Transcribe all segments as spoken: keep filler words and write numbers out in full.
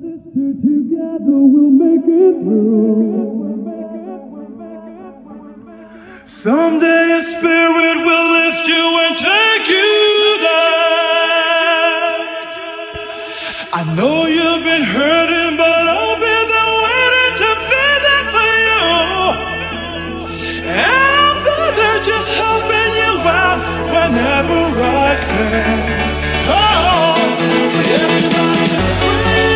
Together we'll make it through. Someday a spirit will lift you and take you there. I know you've been hurting, but I'll be there waiting to be there for you. And I'll be there just helping you out whenever I can. Oh, everybody is free.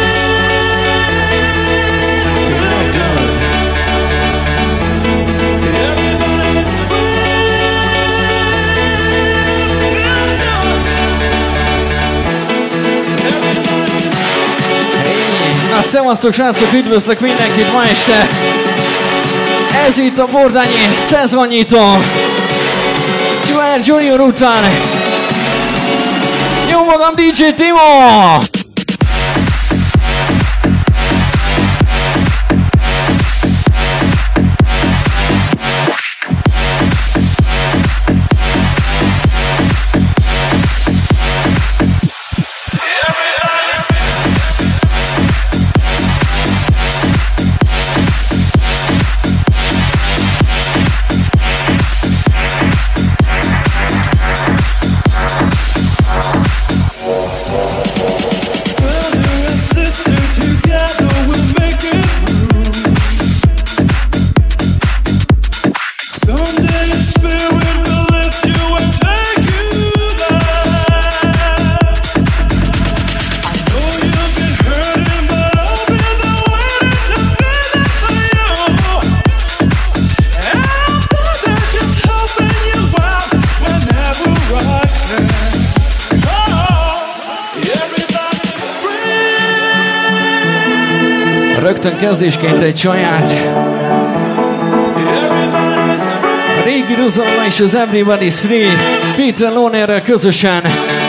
Na, szevasztok srácok, üdvözlök mindenkit ma este! Ez itt a Bordányi szezonnyitó Joel Junior után. Jó magam, dé dzsé Timo! Rögtön kezdésként egy saját a régi Ruzonna és az Everybody's Free Peter Lonerrel közösen.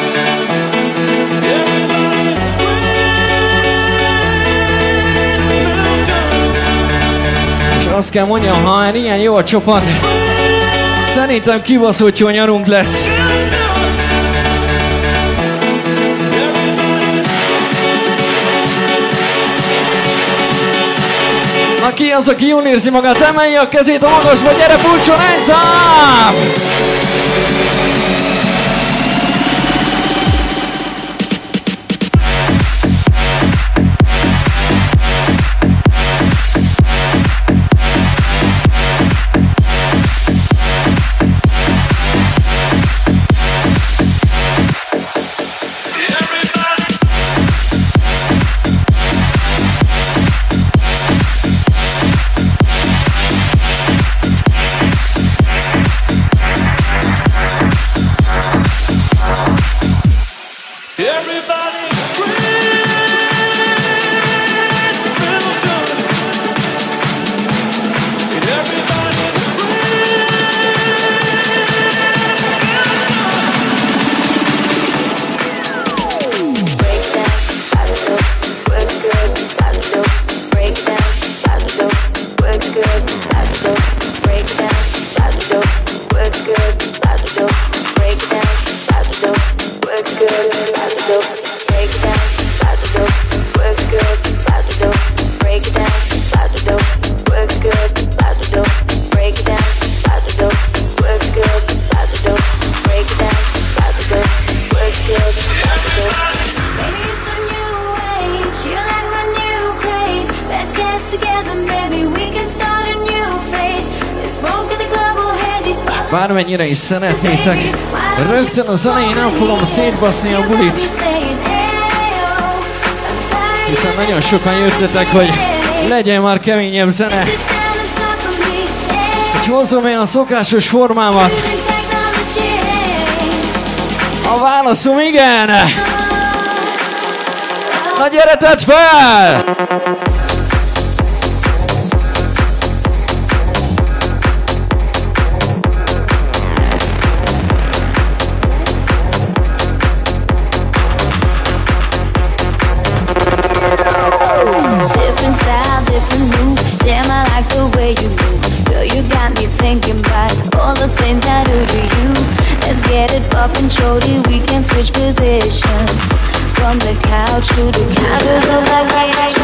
És azt kell mondjam, ha ilyen jó a csapat, szerintem kibaszott jó nyarunk lesz. Ki az, aki jól érzi magát, emelje a kezét a magasba, gyere Pulcson, hands up! Bármennyire is szeretnétek, rögtön az elején nem fogom szétbaszni a bulit. Hiszen nagyon sokan jöttetek, hogy legyen már keményebb zene. Hogy hozzam én a szokásos formámat. A válaszom igen! Na gyere, tedd fel! Up and shorty, we can switch positions from the couch to the counters of like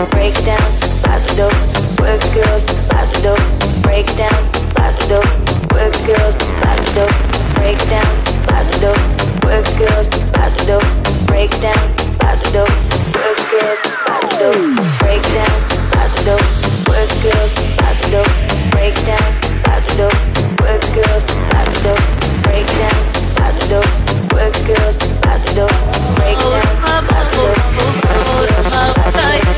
break down, pass the dope, work girls, pass the dope, break down, pass the dope, work girls, pass the dope, break down, pass the dope, work girls, pass the dope, break down, pass the dope, work girls, pass the dope, break down, pass the dope, work girls, pass the dope, break down, pass the dope, work girls, pass the dope, break down, pass the dope, work girls, pass the dope, break down, pass the dope, work girls, pass the dope.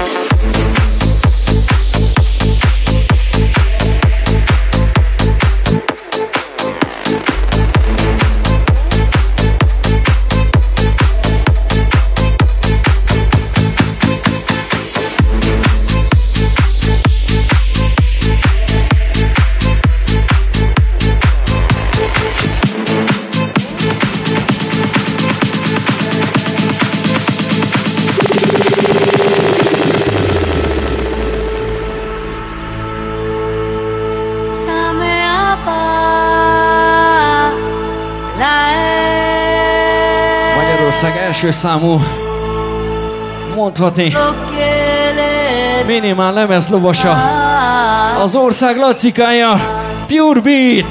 Magyarország első számú, mondhatni, minimál lemezlovasa, az ország lacikája, Pure Beat.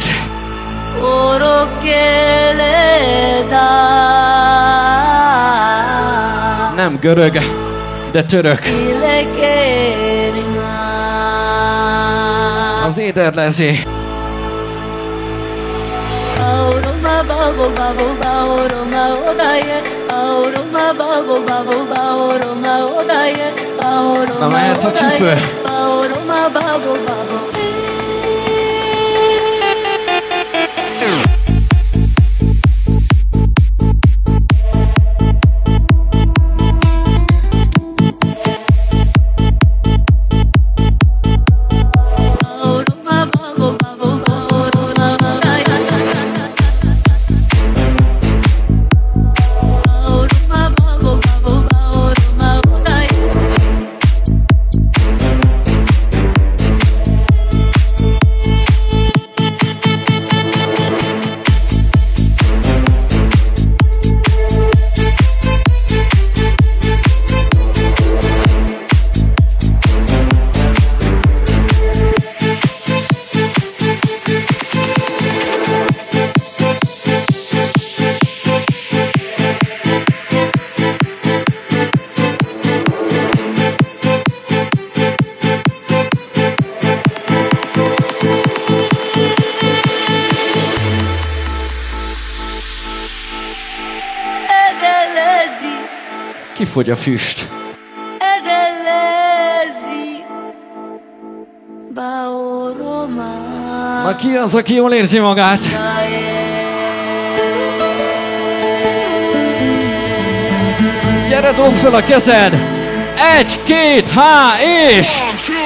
Nem görög, de török. Az éderlezé. Na mehet a csípő. Kifogy a füst. Na ki az, aki jól érzi magát? Gyere, dobd fel a kezed! Egy, két, há, és...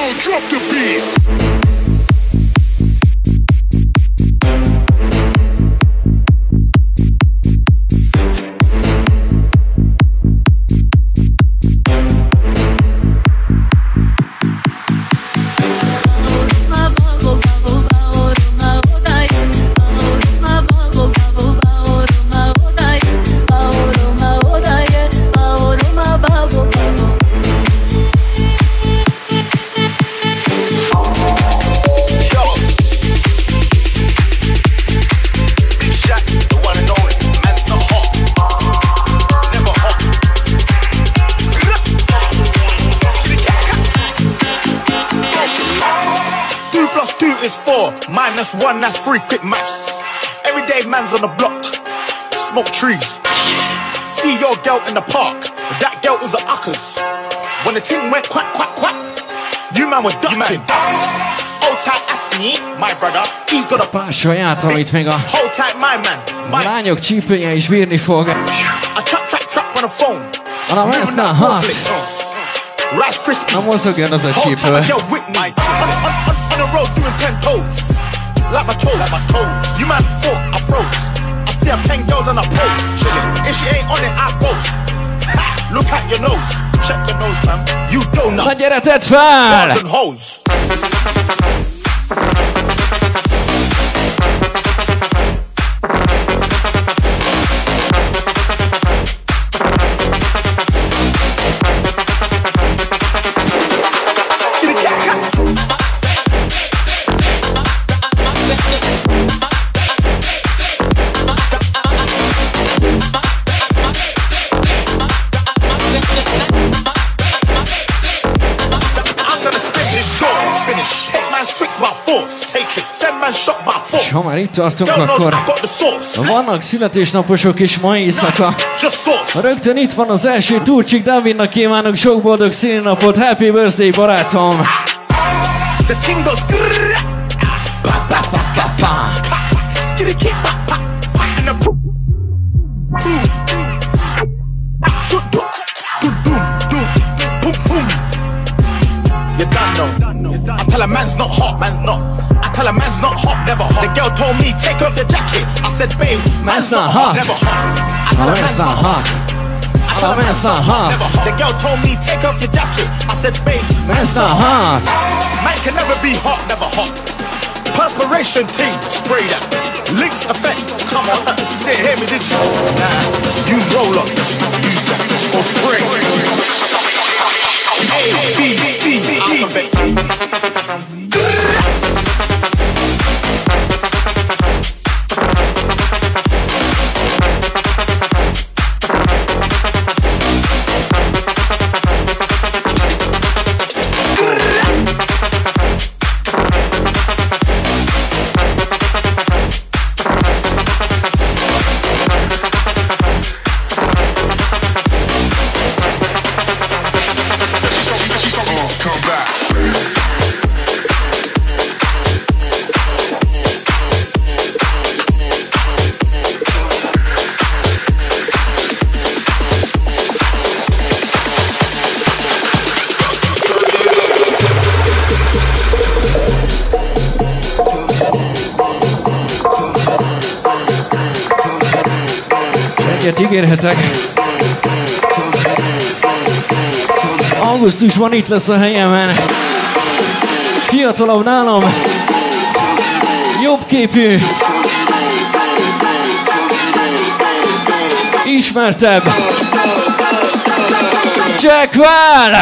Minus one, that's three, quick maths. Everyday man's on the block, smoke trees. See your girl in the park, that girl was a uckers. When the thing went quack, quack, quack, you man were ducking. Hold tight, ask me, my brother, he's got a Pásolját, amit még a hold tight, my man, my lányok csípője is bírni fog. a trap, trap, trap on the phone. A lesz na hat. Rice crispy. Na mozogjon az a Hold csípő. tight, girl with me. On, on, on, on the road doing ten toes. Like my toes, like my toes. You man thought I froze. I see a pen girl on a pose. Chillin'. If she ain't on it, I boast. Ha! Look at your nose. Check your nose, fam. You donut. Na gyere, tedd fel! Garden hose. man shot by foot. És ha már itt tartunk, Girl knows akkor I got the sauce. vannak születésnaposok is mai éjszaka. Just sauce. Rögtön itt van az első Turcsik Dávidnak kívánok sok boldog színnapot. Happy birthday, barátom! The thing goes grrrr. Ba, ba, ba, ba, ba. Skitty kick, ba, ba, ba. And the boom, boom, boom, boom, boom, boom, boom. You don't know. I tell a man's not hot, man's not. I tell a man's not hot, never hot. The girl told me take off your jacket. I said, babe, man's not hot, never hot. I tell a man's not hot. I tell a man's not hot, never hot. The girl told me take off your jacket. I said, babe, Man's not hot. man can never be hot, never hot. Perspiration ting, spray that. Links effect, come on. You didn't hear me, did you? Nah, use roller, use that, or spray. A, B, C, alphabet. Egyet ígérhetek. Augusztusban itt lesz a helyemen. Fiatalabb nálam. Jobb képű. Ismertebb. Jack Well!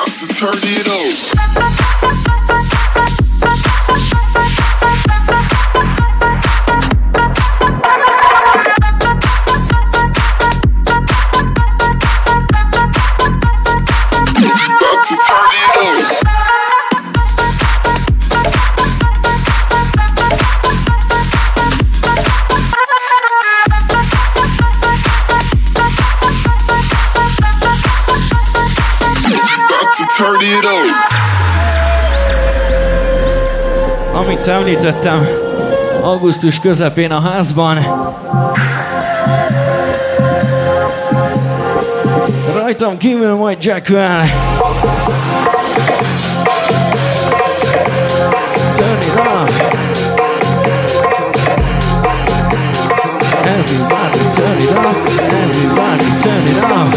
Amit említettem, augusztus közepén a házban. Rajtam kívül majd Jack Well. Turn it up. Everybody turn it up. Everybody turn it up.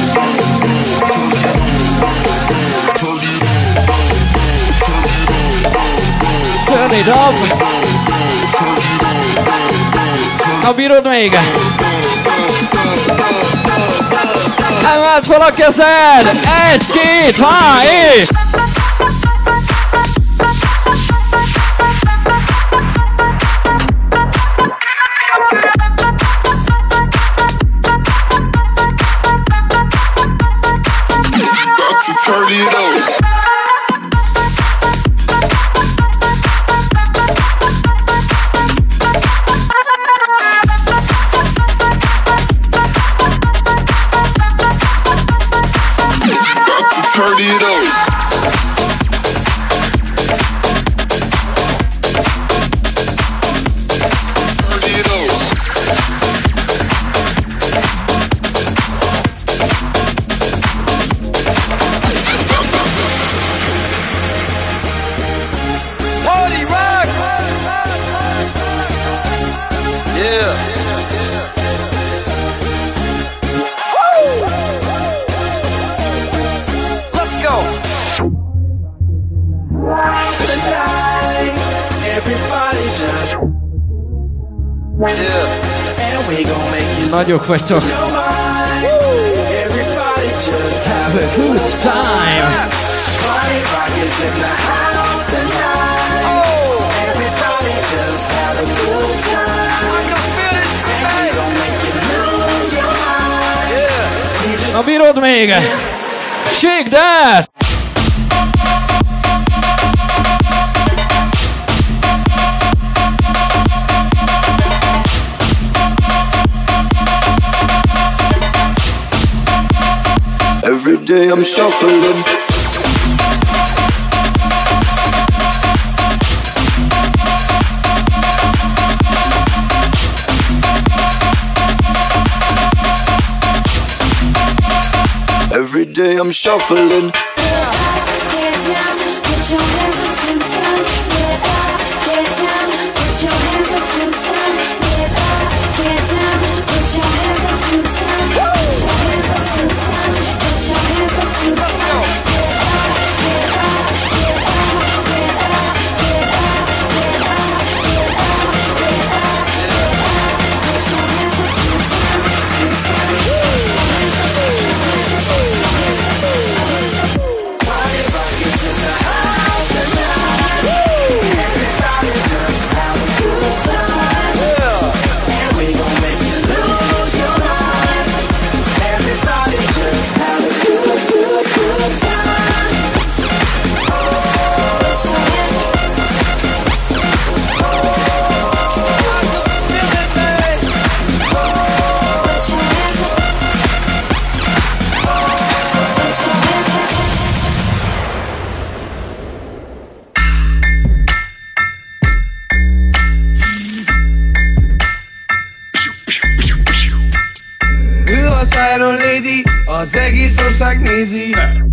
Turn it up! Na bírod még? Emeld fel a kezed! Egy, két, há, é! Turn it up! Turn it up. Party rock. Yeah. Let's go. Everybody just Yeah. and we gon' make you Nagyok vagytok. your mind. Everybody just have Have a good time. party rock is in the house tonight. Oh, Everybody just have a good time. I can feel this And we thing. gon' make you lose your mind. Yeah. We just Na bírod még? Shake that! Every day I'm shuffling. Every day I'm shuffling. Iron Lady, az egész ország nézi.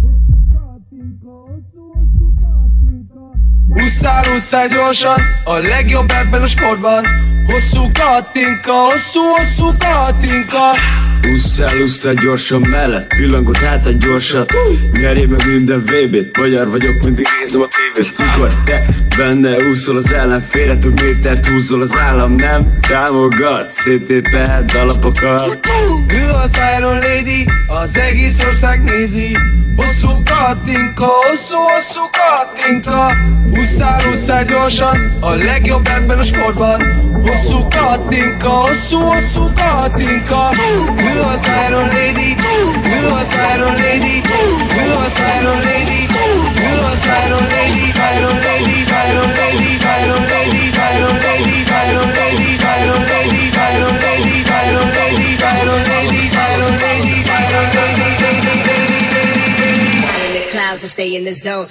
Huszál, huszál gyorsan, a legjobb ebben a sportban. Hosszú katinka, hosszú, hosszú katinka. Huszál, huszál gyorsan mellett, pillangott hát egy gyorsat. Nyerjél meg minden vé bét, magyar vagyok, mindig nézem a tévét. Mikor te benne úszol az ellenfélre, több métert húzol az állam, nem támogat, széttéped alapokat. Ő az Iron Lady, az egész ország nézi. Hosszú katinka, hosszú, hosszú katinka. Huszál, huszál gyorsan, a legjobb ebben a sportban. Hosszú katinka, hosszú, hosszú katinka. Ő az Iron Lady, ő az Iron Lady, ő az Iron Lady, ő az Iron Lady, Iron Lady, Iron Lady, Iron Lady, Iron Lady, Iron Lady, Iron Lady, Iron Lady, Iron Lady, Iron Lady, Iron Lady, Iron Lady, Lady, Lady, Lady, Lady. In the clouds, I stay in the zone.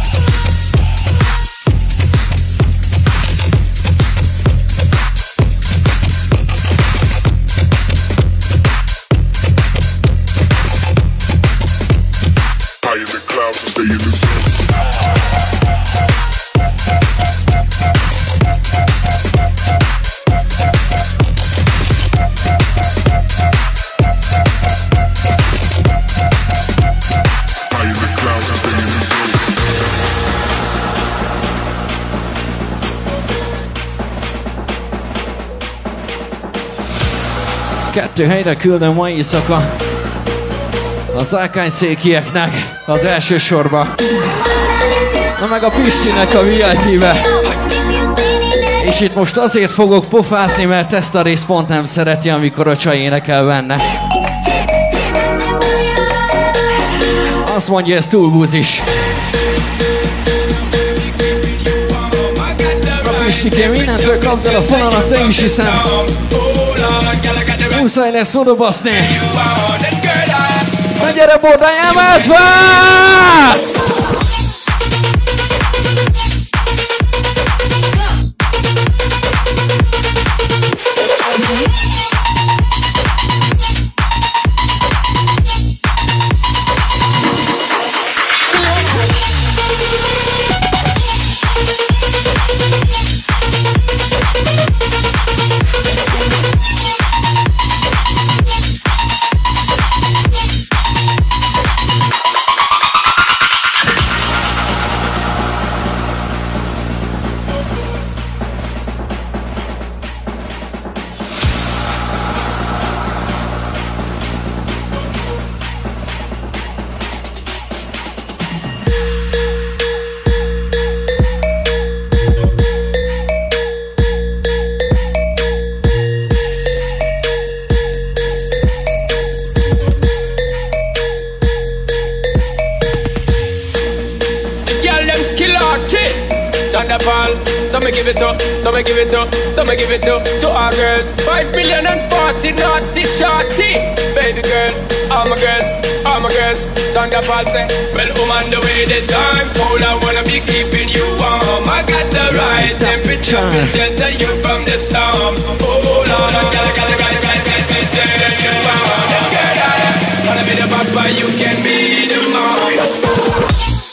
In the clouds and stay in the zone. High in the clouds and stay in the zone. Kettő helyre küldöm ma éjszaka az Ákányszékieknek az első sorba. Na meg a Pistinek a vé i pé-be. És itt most azért fogok pofázni, mert ezt a részt pont nem szereti, amikor a csaj énekel benne. Azt mondja, ez túl buzis. A Pistikém, innentől kapd el a fonalat te is, hiszen muszáj lesz odabaszni. Na gyere, Bordály, emelt vász! So me give it up, so me give it up, so me give it up to our girls. Five million and forty naughty shorty. Baby girl, all my girls, all for my girls. Sandra Paul say, well, woman, the way the time cold, I wanna be keeping you warm. I got the right temperature to shelter you from the storm. Oh, Lord, I gotta, gotta, gotta, gotta, gotta shelter you warm. Girl, I wanna be the papa, you can be the mom.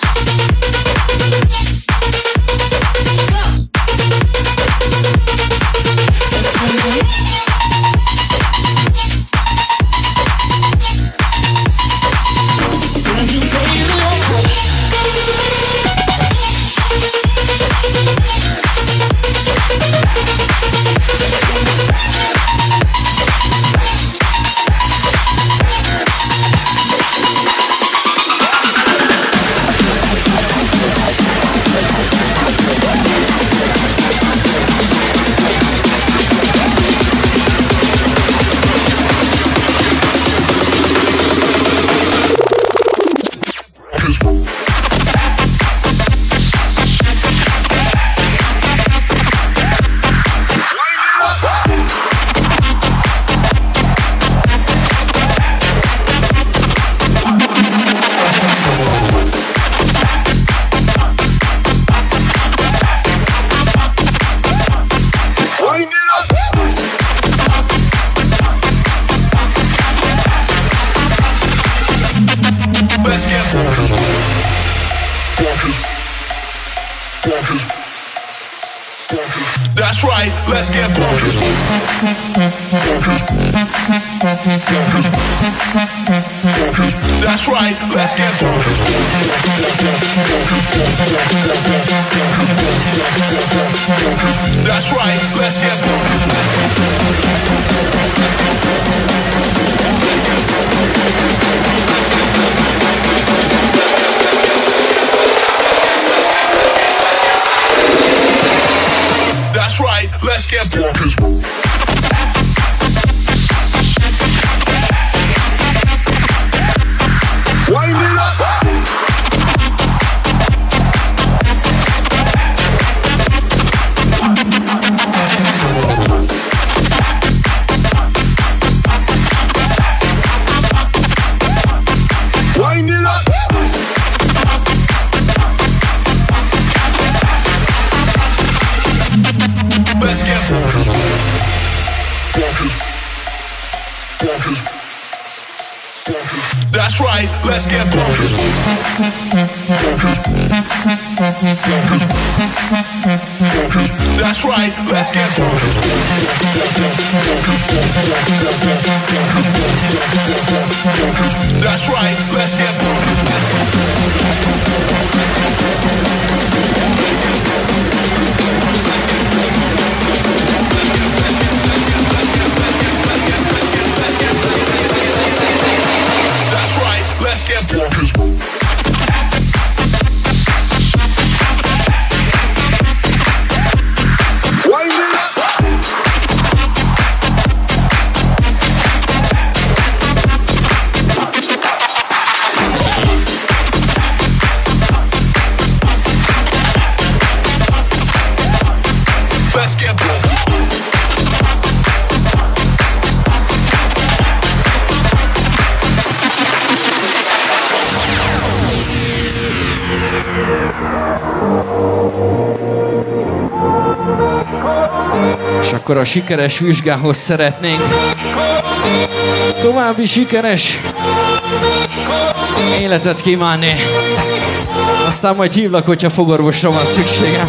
That's right, let's get bonkers. That's right, let's get bonkers. That's right, let's get bonkers. That's right, let's get bonkers. Wind it up. Wind it up. Let's get bonkers. Bonkers. Bonkers. Bonkers. That's right, let's get bonkers. Bonkers. Bonkers. Bonkers. That's right, let's get bonkers. Bonkers. Bonkers. That's right, let's get bonkers. That's right, let's get bonkers. Wind it up. Let's get bonkers. És akkor a sikeres vizsgához szeretnénk további sikeres életet kívánni. Aztán majd hívlak, hogyha fogorvosra van szükségem.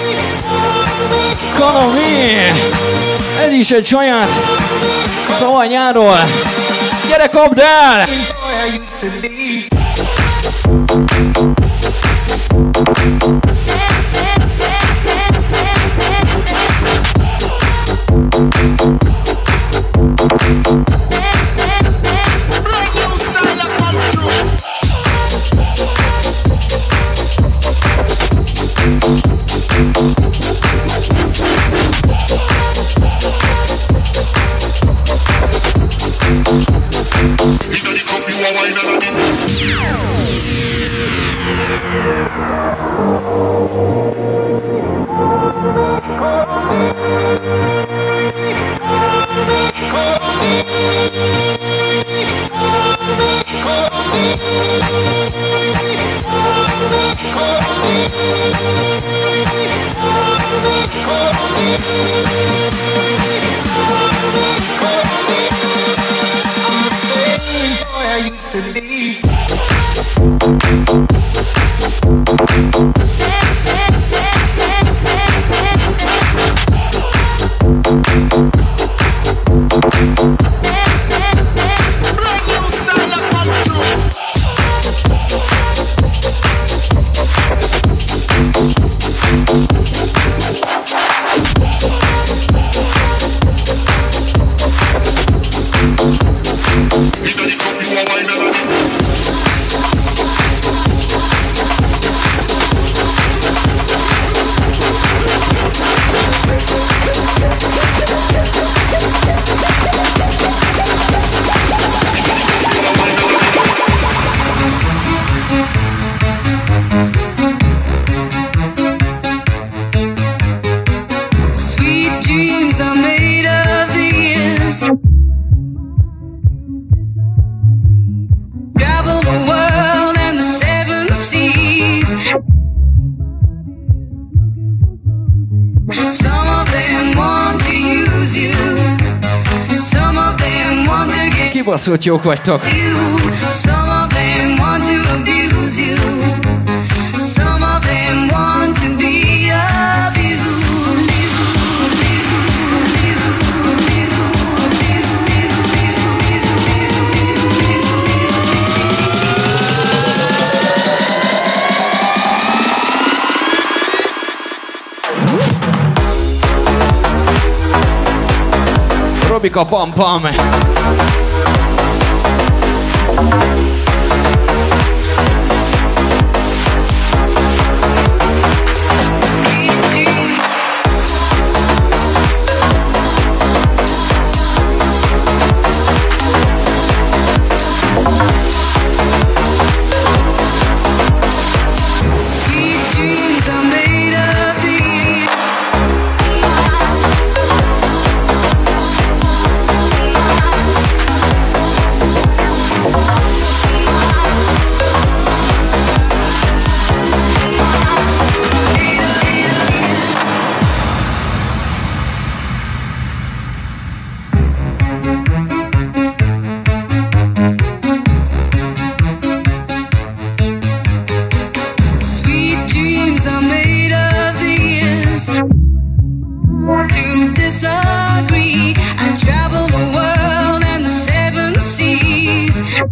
Kanomi! Ez is egy saját tavaly nyáról. Gyere, kapd el! want to get Kibaszott jók vagytok. you. Some of them want to abuse you. Some of them want to be abused. Robika pam pam. Sweet dreams are made of these. Sweet dreams are made of these. To disagree, I travel the world and the seven seas.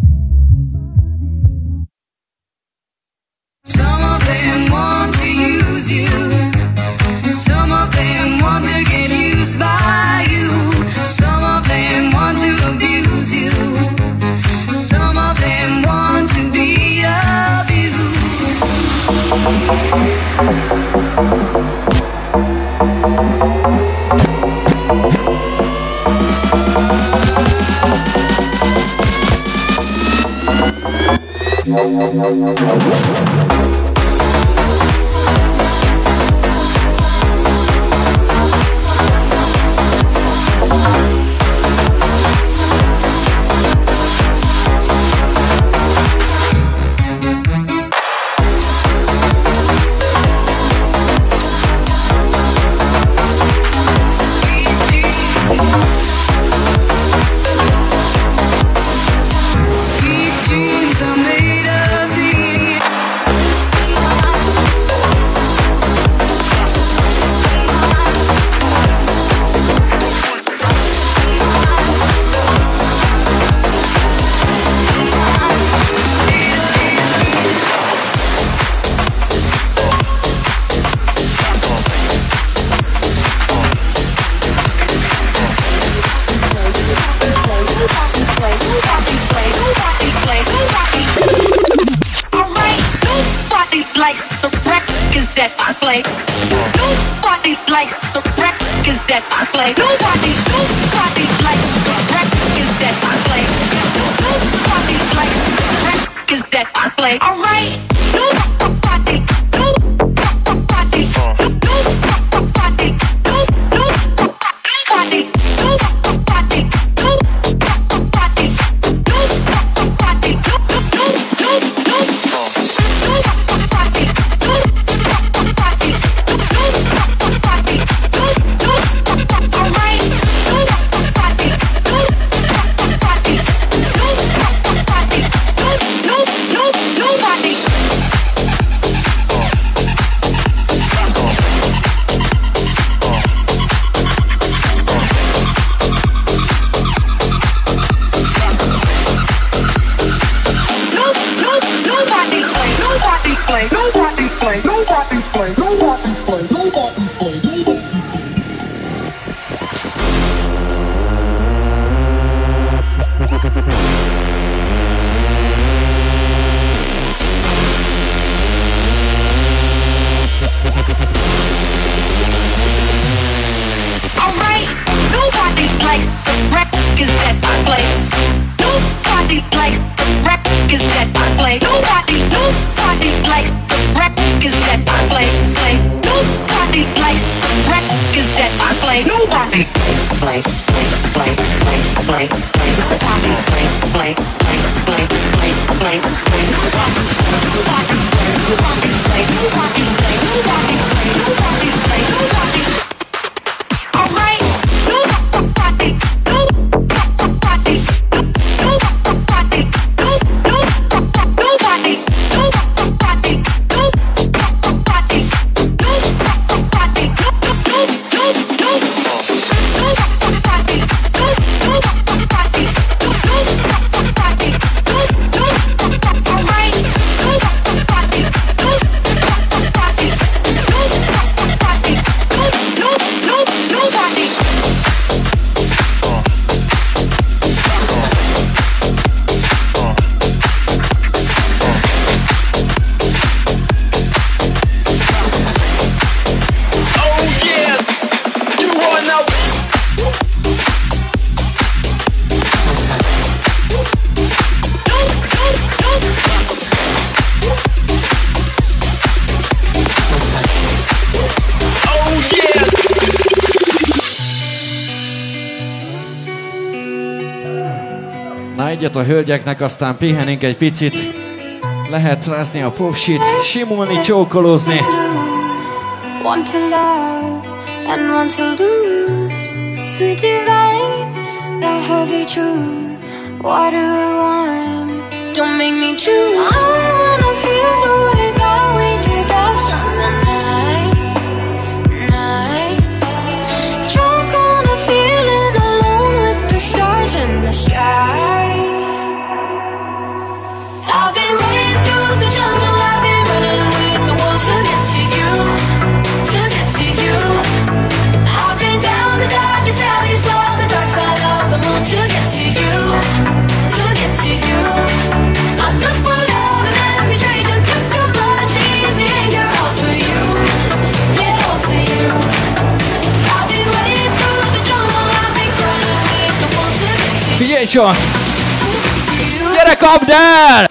Some of them want to use you. Some of them want to get used by you. Some of them want to abuse you. Some of them want to be abused. Sweet dreams are made of these. Likes the records that I play. Nobody likes the records that I play. Nobody, nobody likes the records that I play. Nobody likes the records that I play. All right, nobody, nobody, nobody, nobody, nobody, nobody, nobody, nobody, Alright, nobody, nobody. egyet a hölgyeknek, aztán pihenünk egy picit. Lehet rázni a popsit, simulni, csókolózni. Want to love and want to lose. Sweet divine, the heavy truth. What do I want? Don't make me choose. I wanna feel the way that we did that summer night, night. Drunk on a feeling, alone with the stars in the sky. I've been running through the jungle, I've been running with the wolves to get to you, to get to you. I've been down the darkest alley, saw the dark side of the moon to get to you, to get to you. I look for love and every stranger took too much easy anger, all for you, yeah, all for you. I've been running through the jungle, I've been running with the wolves to get to you. Figyelj csak! Gyere, kapd el!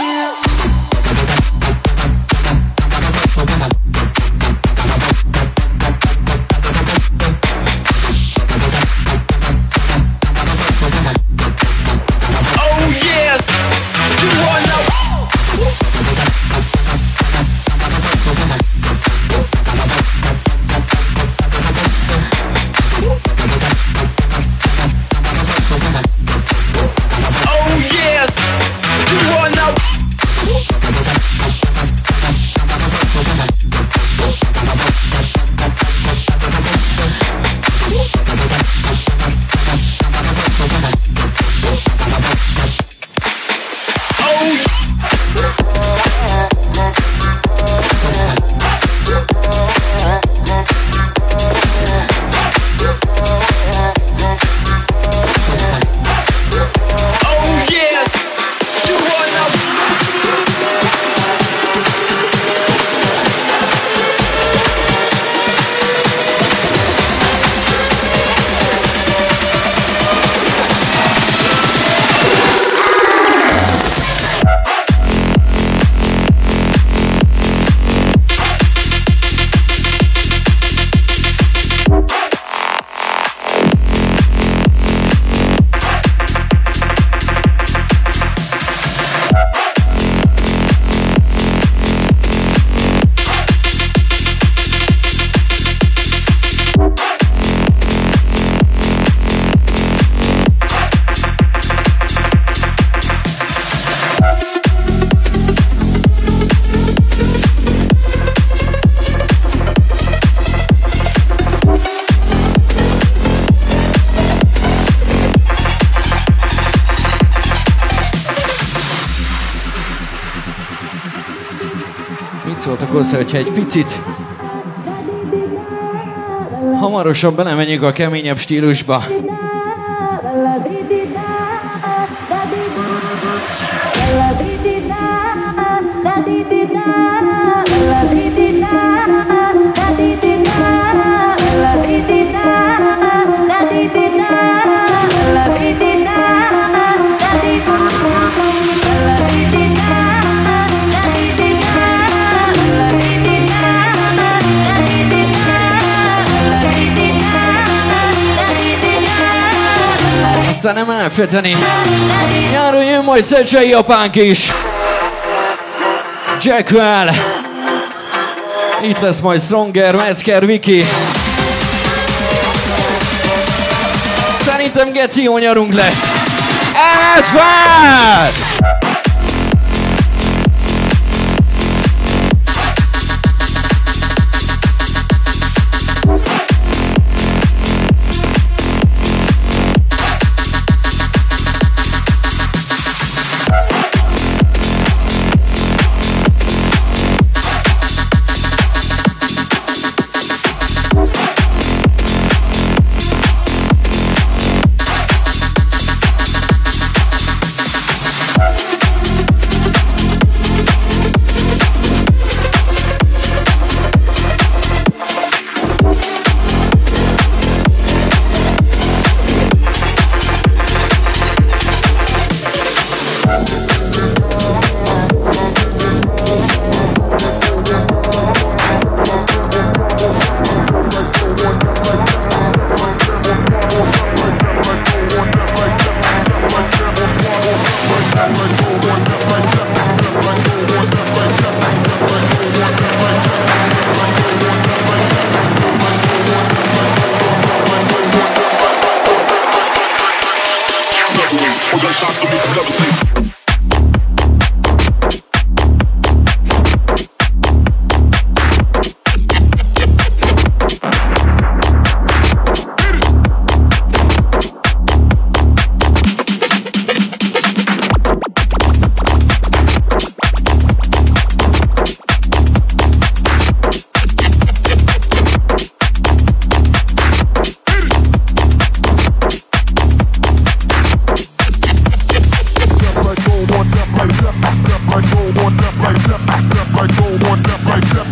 Szóltak hozzá, hogyha egy picit hamarosan belemegyünk a keményebb stílusba. Aztán nem elfeteni. Nyáron jön majd Szecsei apánk is. Jackwell. Itt lesz majd Stronger, Metzger, Viki. Szerintem geci jó nyarunk lesz. Advance!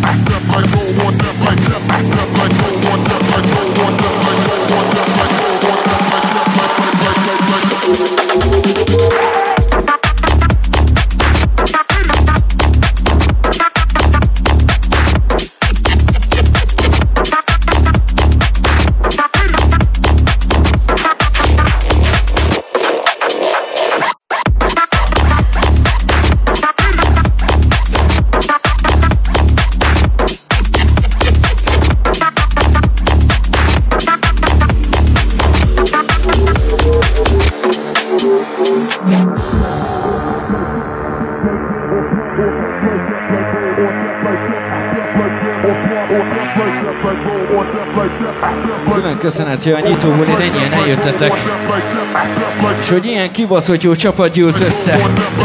Külön köszönet, hogy a nyitóból én ennyien eljöttetek. És hogy ilyen kibaszott jó csapat gyűlt össze.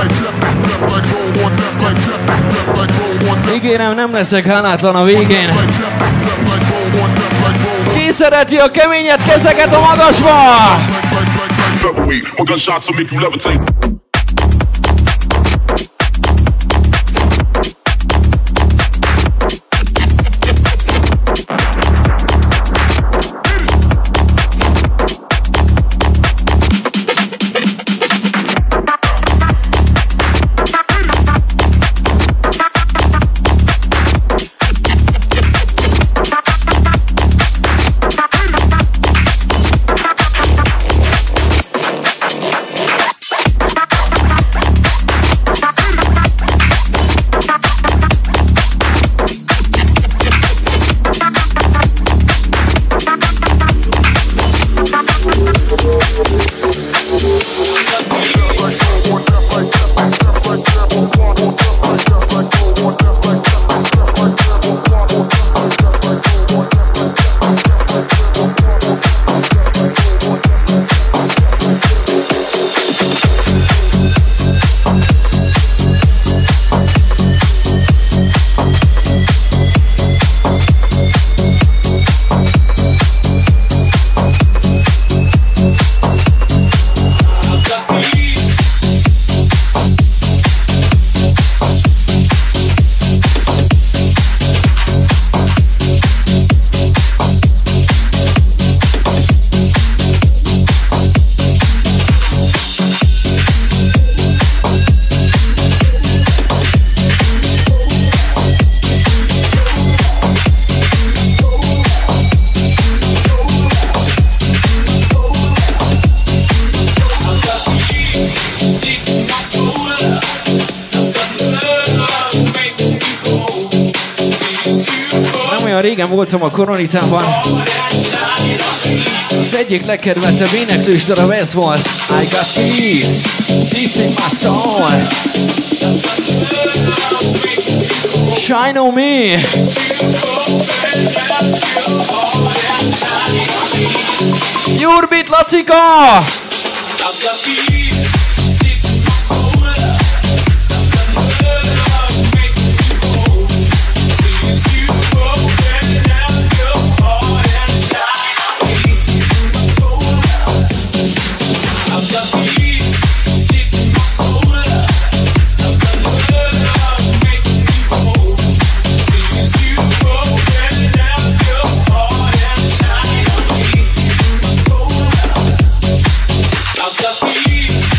Ígérem, nem leszek hálátlan a végén. Ki szereti a keményet, kezeket a magasba! Régen voltam a Koronitában. Az egyik legkedveltebb éneklős darab ez volt. I got peace deep in my soul. Shine on me. Your beat, Lacika! Peace.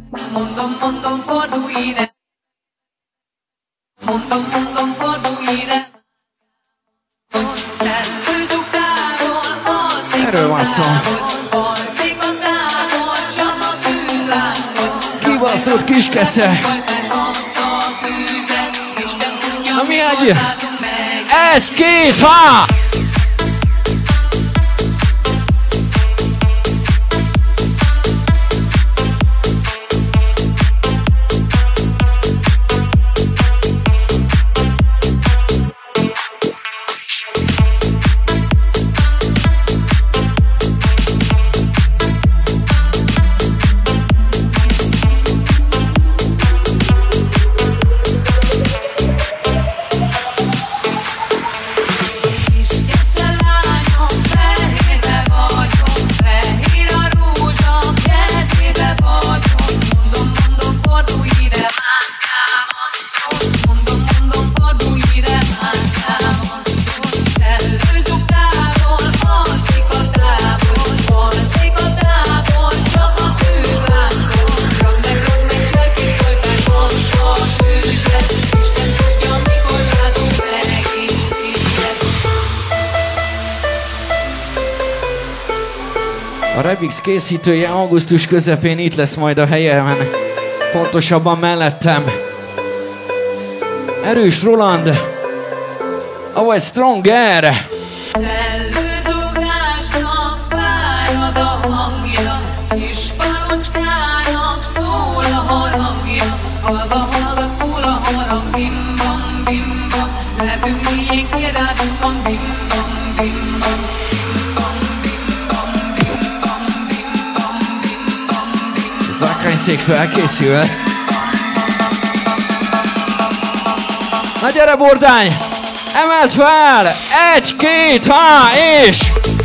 Mondom, mondom, fordulj ide. Mondom, mondom, fordulj ide. Szellőzutából, alszik Erről van szó. alszik a tábor, csak a tűzlángol. Kibaszott kiskece. Na mi egy? Egy, két, ha! A Remix készítője augusztus közepén itt lesz majd a helyemen, pontosabban mellettem. Erős Roland, avagy Stronger. Szellőzugásnak fárad a hangja, kis palocskának szól a harangja. Halva, halva szól a harang, bim bam, bim bam. Levünk miénk rádiszban, bim bam, bim bam. Zakrányszék felkészül. Na gyere Bordány! Emeld fel! Egy, két, há, és...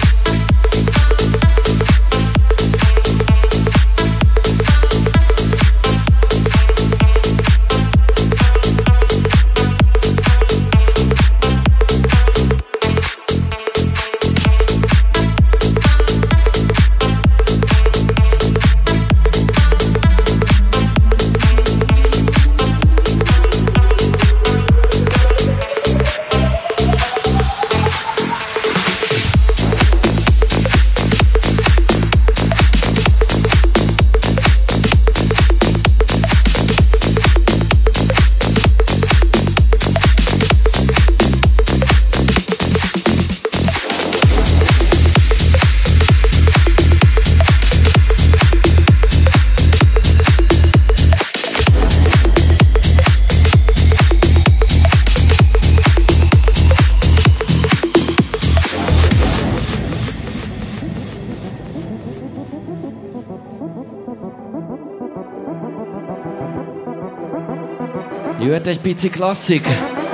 Jöhet egy pici klasszik.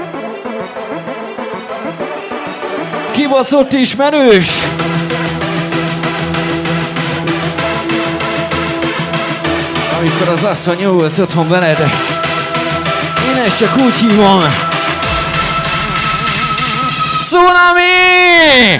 Kibaszott ismerős. Amikor az asszony jó volt otthon veled. Én ezt csak úgy hívom. Tsunami!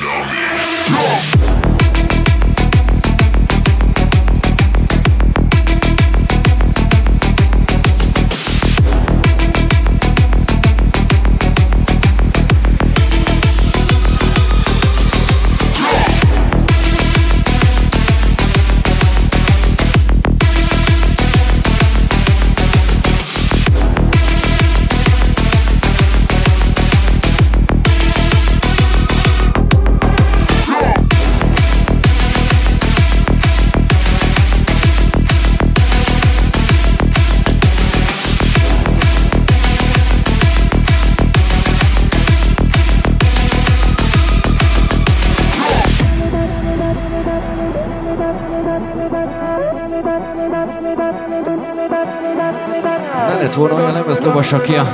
Volna olyan lemezlobas, aki a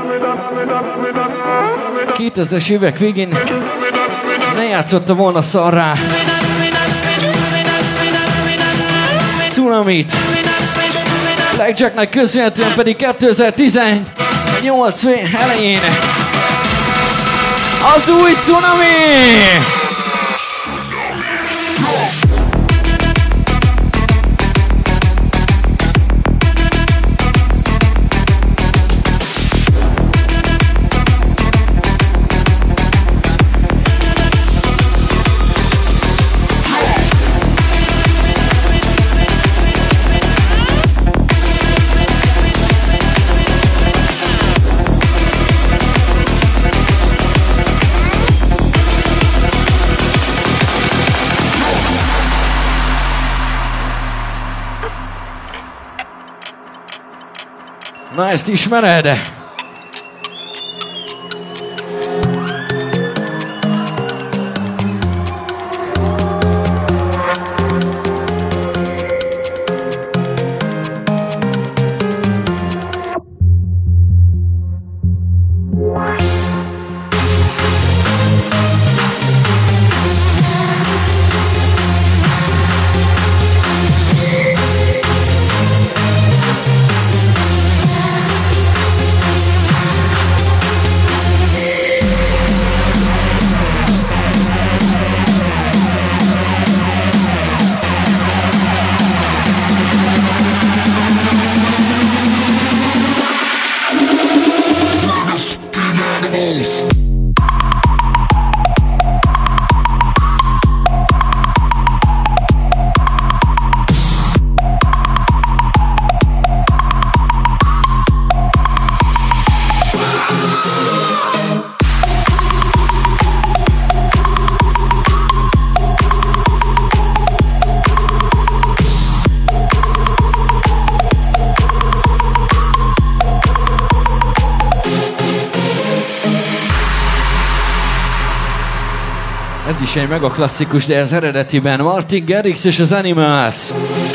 kétezres évek végén ne játszotta volna szarrá Tsunamit. Blackjacknek köszönhetően pedig kétezer-tizennyolc elején az új Tsunami! Na ezt ismered? Ez is egy mega klasszikus, de ez eredetiben Martin Garrix és az Animals.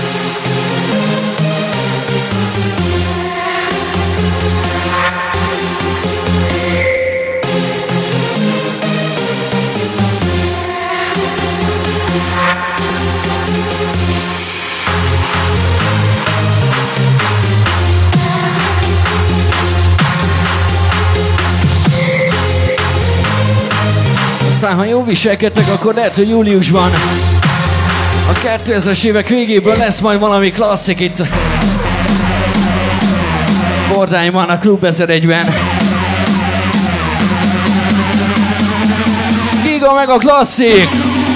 Aztán, ha jó viselkedtek, akkor lehet, hogy júliusban a kétezres évek végéből lesz majd valami klasszik itt Bordányban, a Klub ezeregyben. Giga meg a klasszik!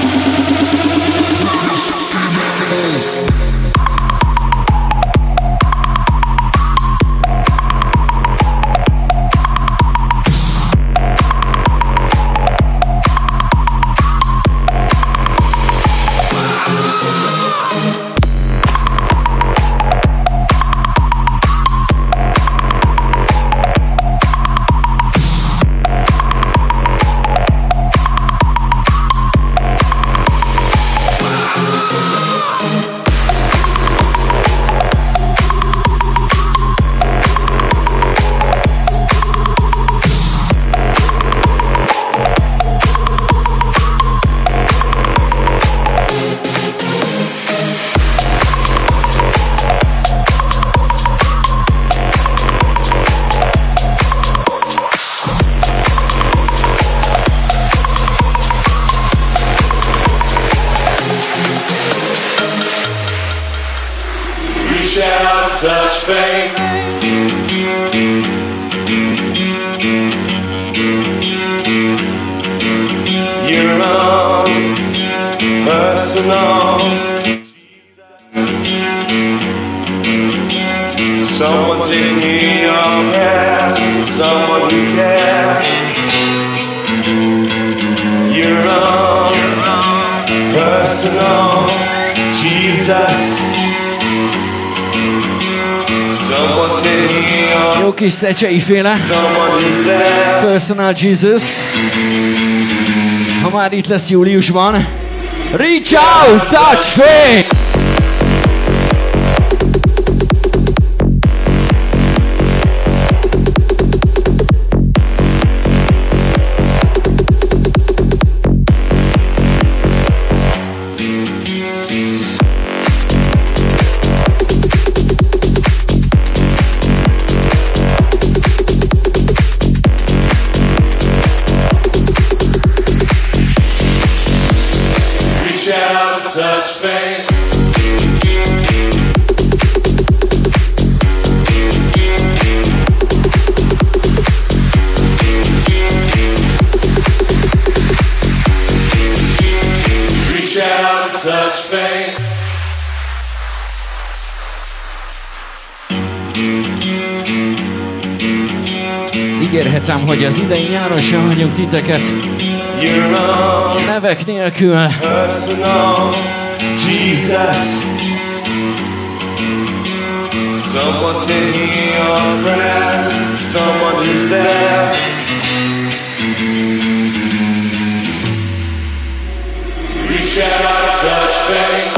Touch fame. Your own personal. Someone take me your past. Someone who cares. Your own personal Jesus. Jó kis Szecsei féle Personal Jesus. Ha már itt lesz júliusban, Reach out, touch fame! Touch fame. Reach out and touch fame. Ígérhetem, hogy az idei nyáron sem hagyunk titeket nevek nélkül. Personal Jesus. Someone's singing your prayers. Someone is there. Reach out, touch faith.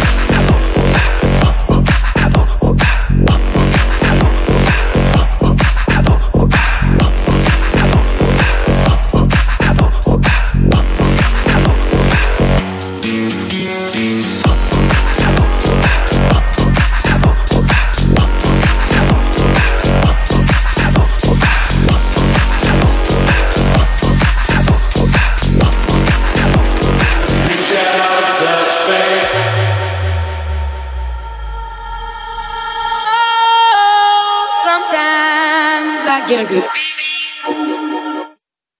Get a good feeling.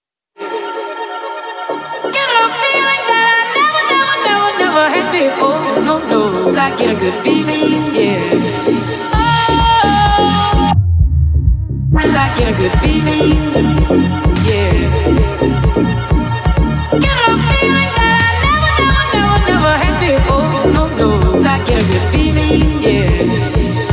Get a feeling that I never, never, never, never had before. No, no, I get a good feeling, yeah. Oh, I get a good feeling, yeah. Get a feeling that I never, never, never, never had before. No, no, I get a good feeling, yeah.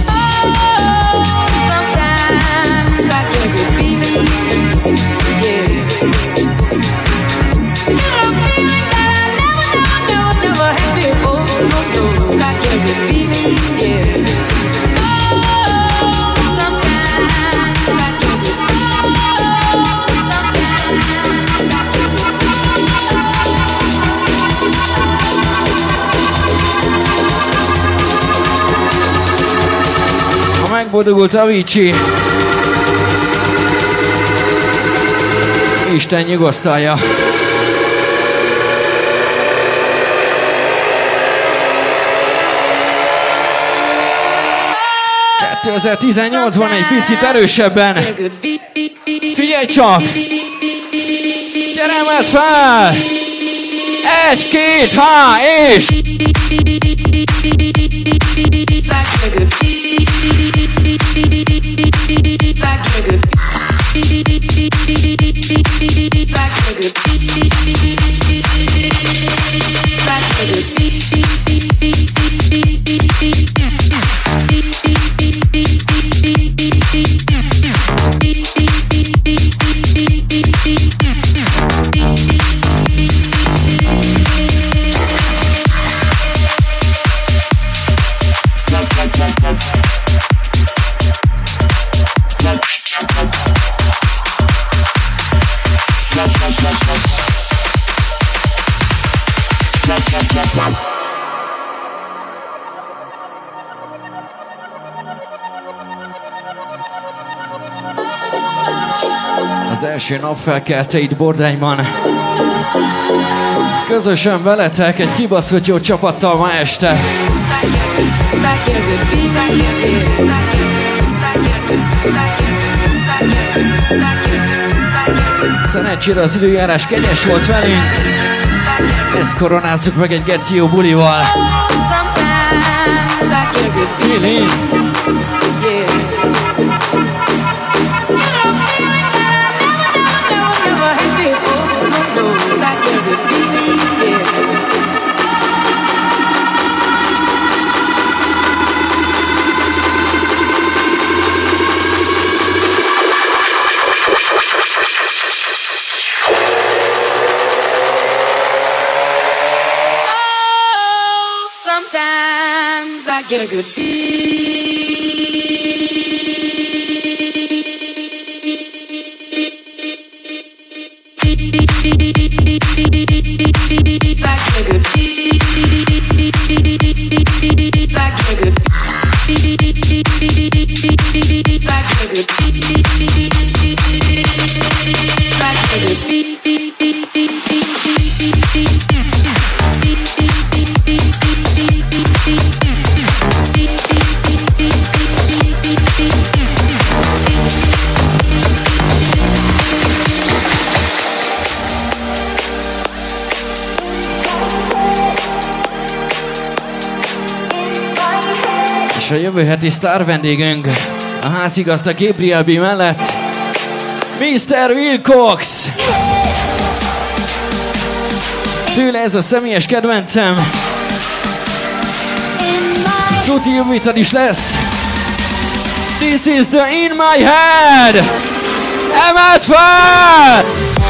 Megboldogult Avicii. Isten nyugosztalja. kétezer-tizennyolcban egy picit erősebben. Figyelj csak! Gyere, emeld fel! Egy, két, há, és... Az első nap felkelte itt Bordányban. Közösen veletek egy kibaszott jó csapattal ma este. Szerencsére az időjárás kegyes volt velünk. Ezt koronázzuk meg egy geci jó bulival. Feeling. Get a good És a jövő heti sztár vendégünk a házigazda Gabriel B. mellett miszter Wilcox. Tőle ez a személyes kedvencem. Tuti Jövőtad is lesz. This is the In My Head! Emelt fel!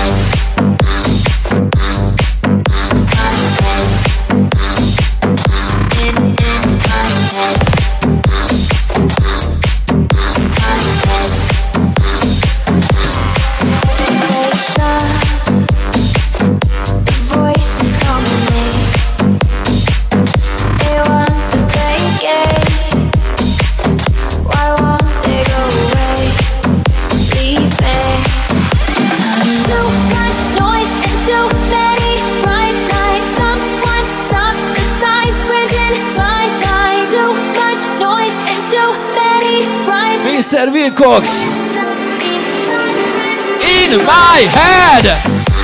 mister Wilcox! In My Head!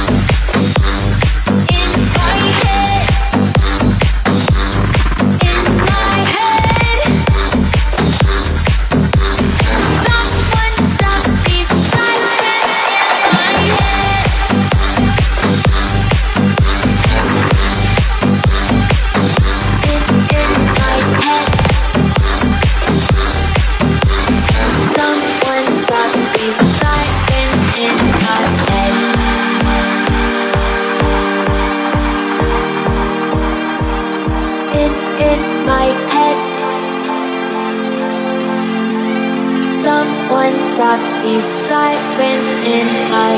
Stop these sirens in my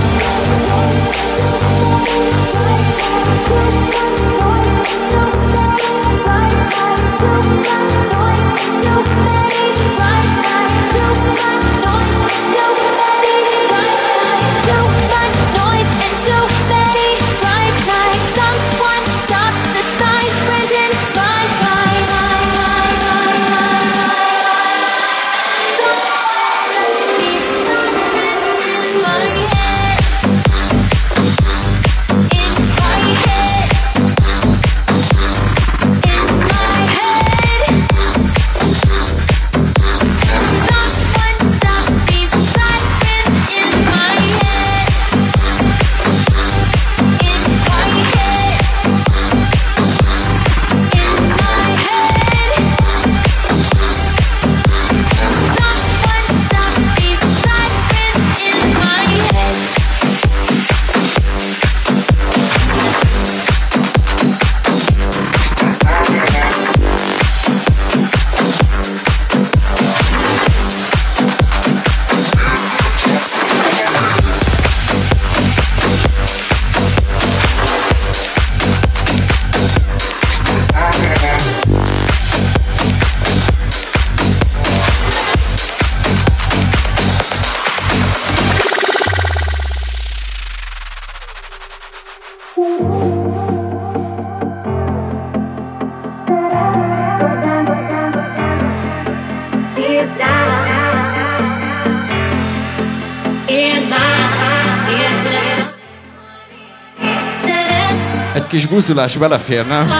Egy kis buzulás belefér, nem?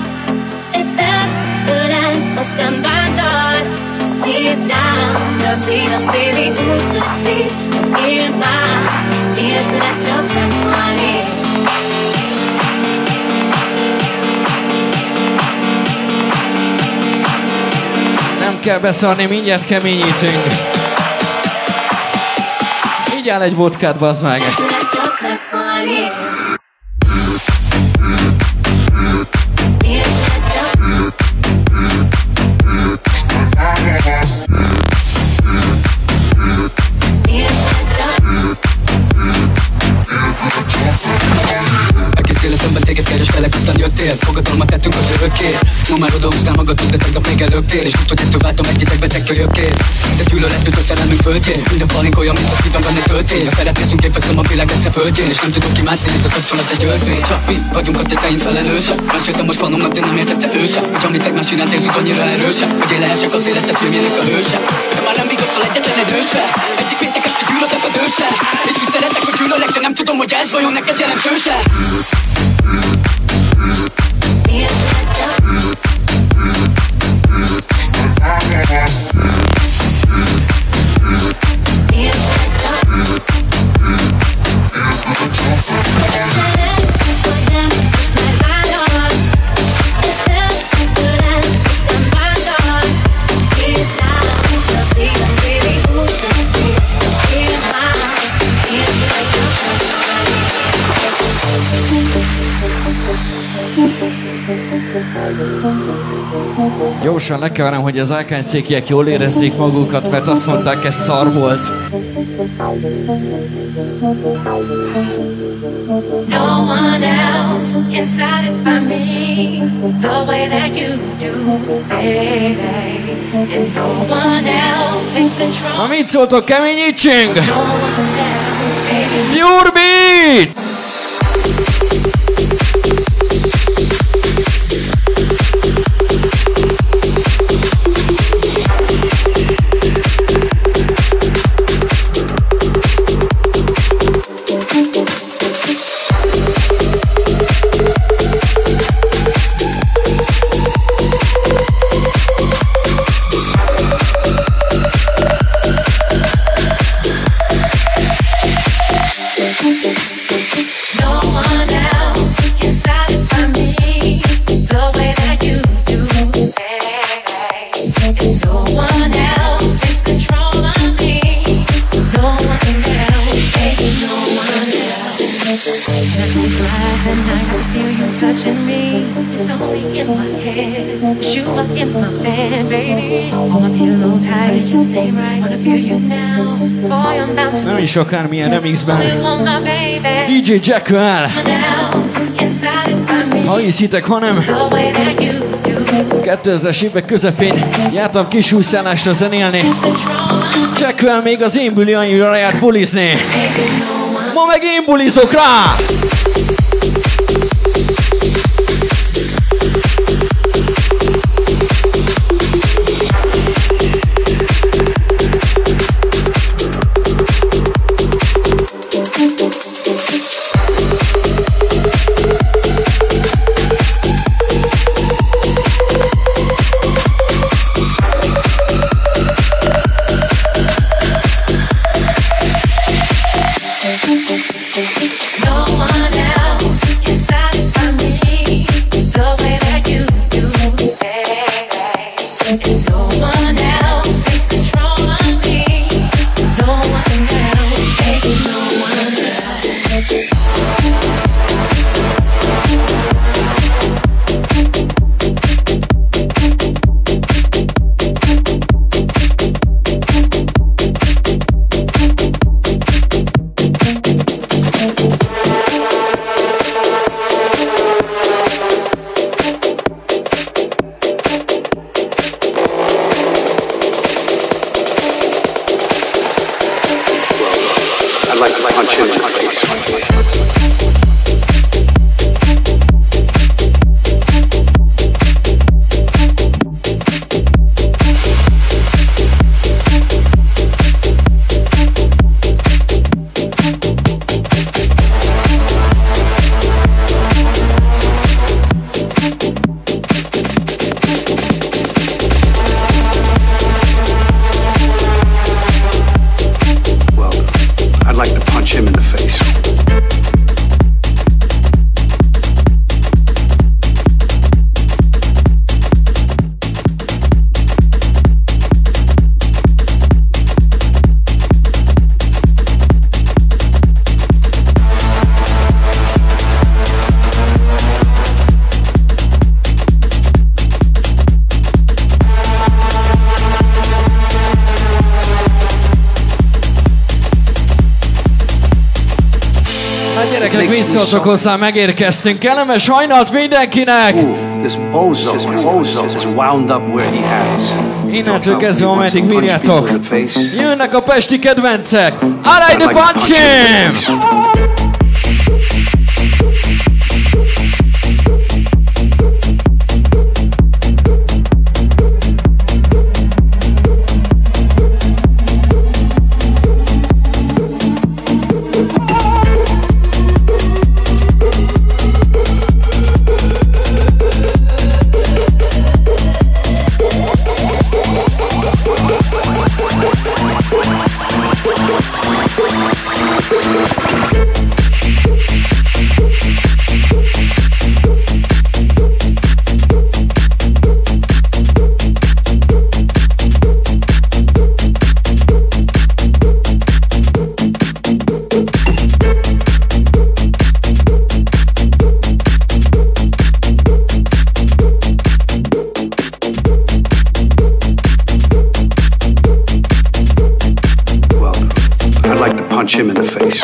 Nem kell beszarni, mindjárt keményítünk. Így áll egy vodkát, bazd meg. Fogadalmat tettünk az örökért. Ma már odaúztál magadhoz, de tegnap még előttél. És tudod, ettől váltam egyetek beteg kölyökért. De gyűlöletült a szerelmünk földjén. Minden palink olyan, mint a szívemben egy töltény. A szeretnézünk, én fekszem a világ egyszer földjén. És nem tudok kimászni, ez a kapcsolat egy öltvény. Csak mi vagyunk a tetein felelősek. Meséltem most fanomnak, de nem értette ő sem. Hogy amit egymás iránt érzünk annyira erősek, hogy én lehessek az életet filmjének a hőse. De már nem vigasztal egyetlen egy hőse. Egyik péntek este gyűlöltek a dőse. És úgy szeretek, hogy gyűlölek, de nem tudom, hogy ez vajon neked jelentőse. See Gyorsan lekeverem, hogy az ákányszékiek jól érezzék magukat, mert azt mondták, ez szar volt. No one else can satisfy me the way that you do, baby. And no one else takes control. Na mit szóltok, keményítsünk! Pure beat! Nem is akármilyen remixben. dé dzsé Jackwell. Ha hiszitek, hanem kétezres évek közepén jártam kis húszálásra zenélni. Jackwell még az én buliaimra járt bulizni. Ma meg én bulizok rá! Mit szóltok hozzá, megérkeztünk. Kellemes hajnalt mindenkinek! Innentől kezdve, ameddig bírjátok. Jönnek a pesti kedvencek! I like the punch him! We'll be right back. punch him in the face.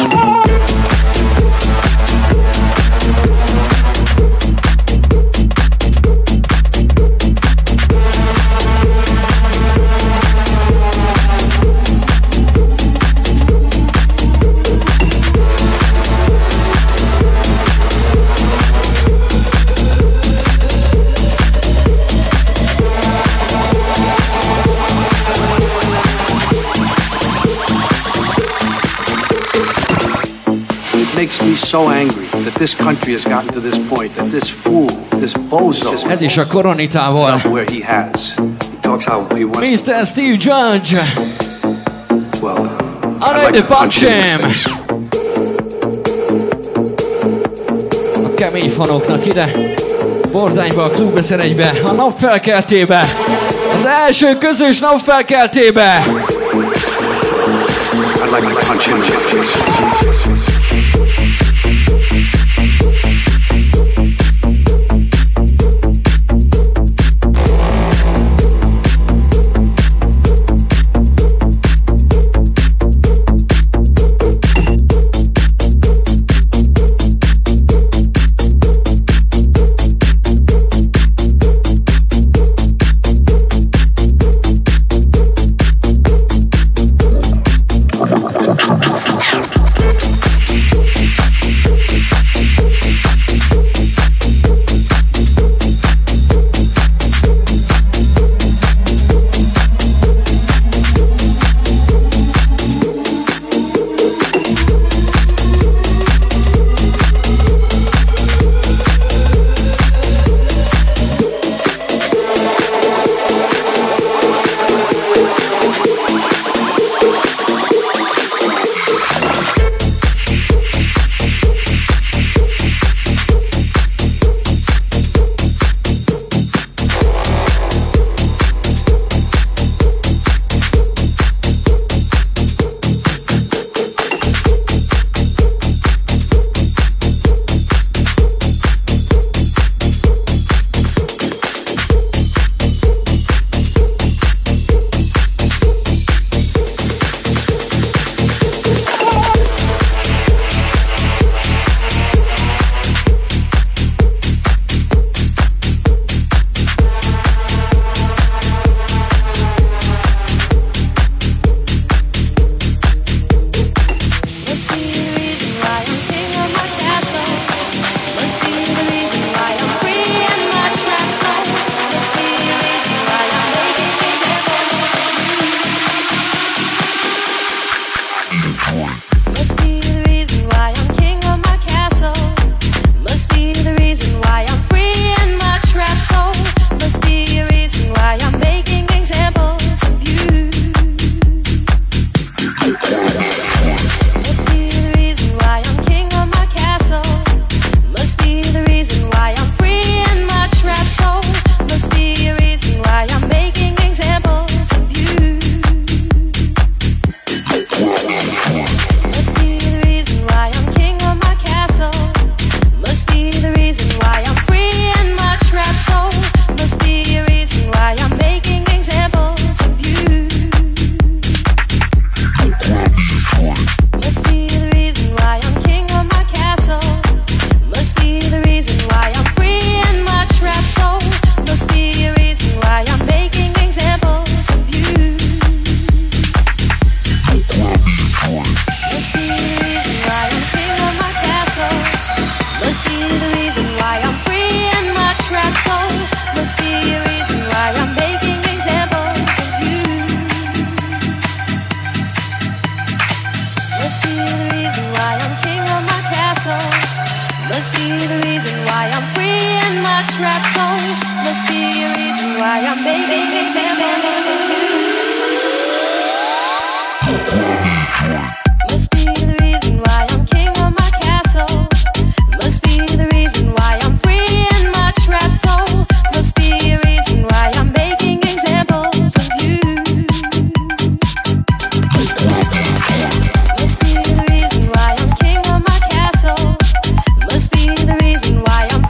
It makes me so angry that this country has gotten to this point, that this fool, this bozo, Ez is a koronitával. where he has. He talks how he wants. mister Steve Judge. Well, I I'd like to to punch punch him in the him. face. A kemény fanoknak ide. Bordányba, a klubbeszeregybe, a napfelkeltébe. Az első közös napfelkeltébe. I'd like to punch him in the face.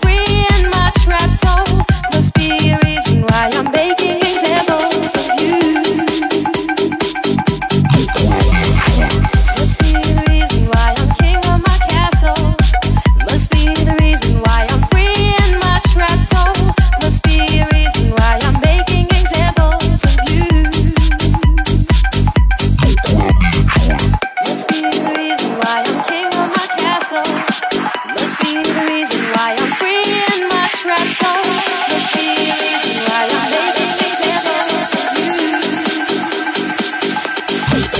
Why I'm making examples of you.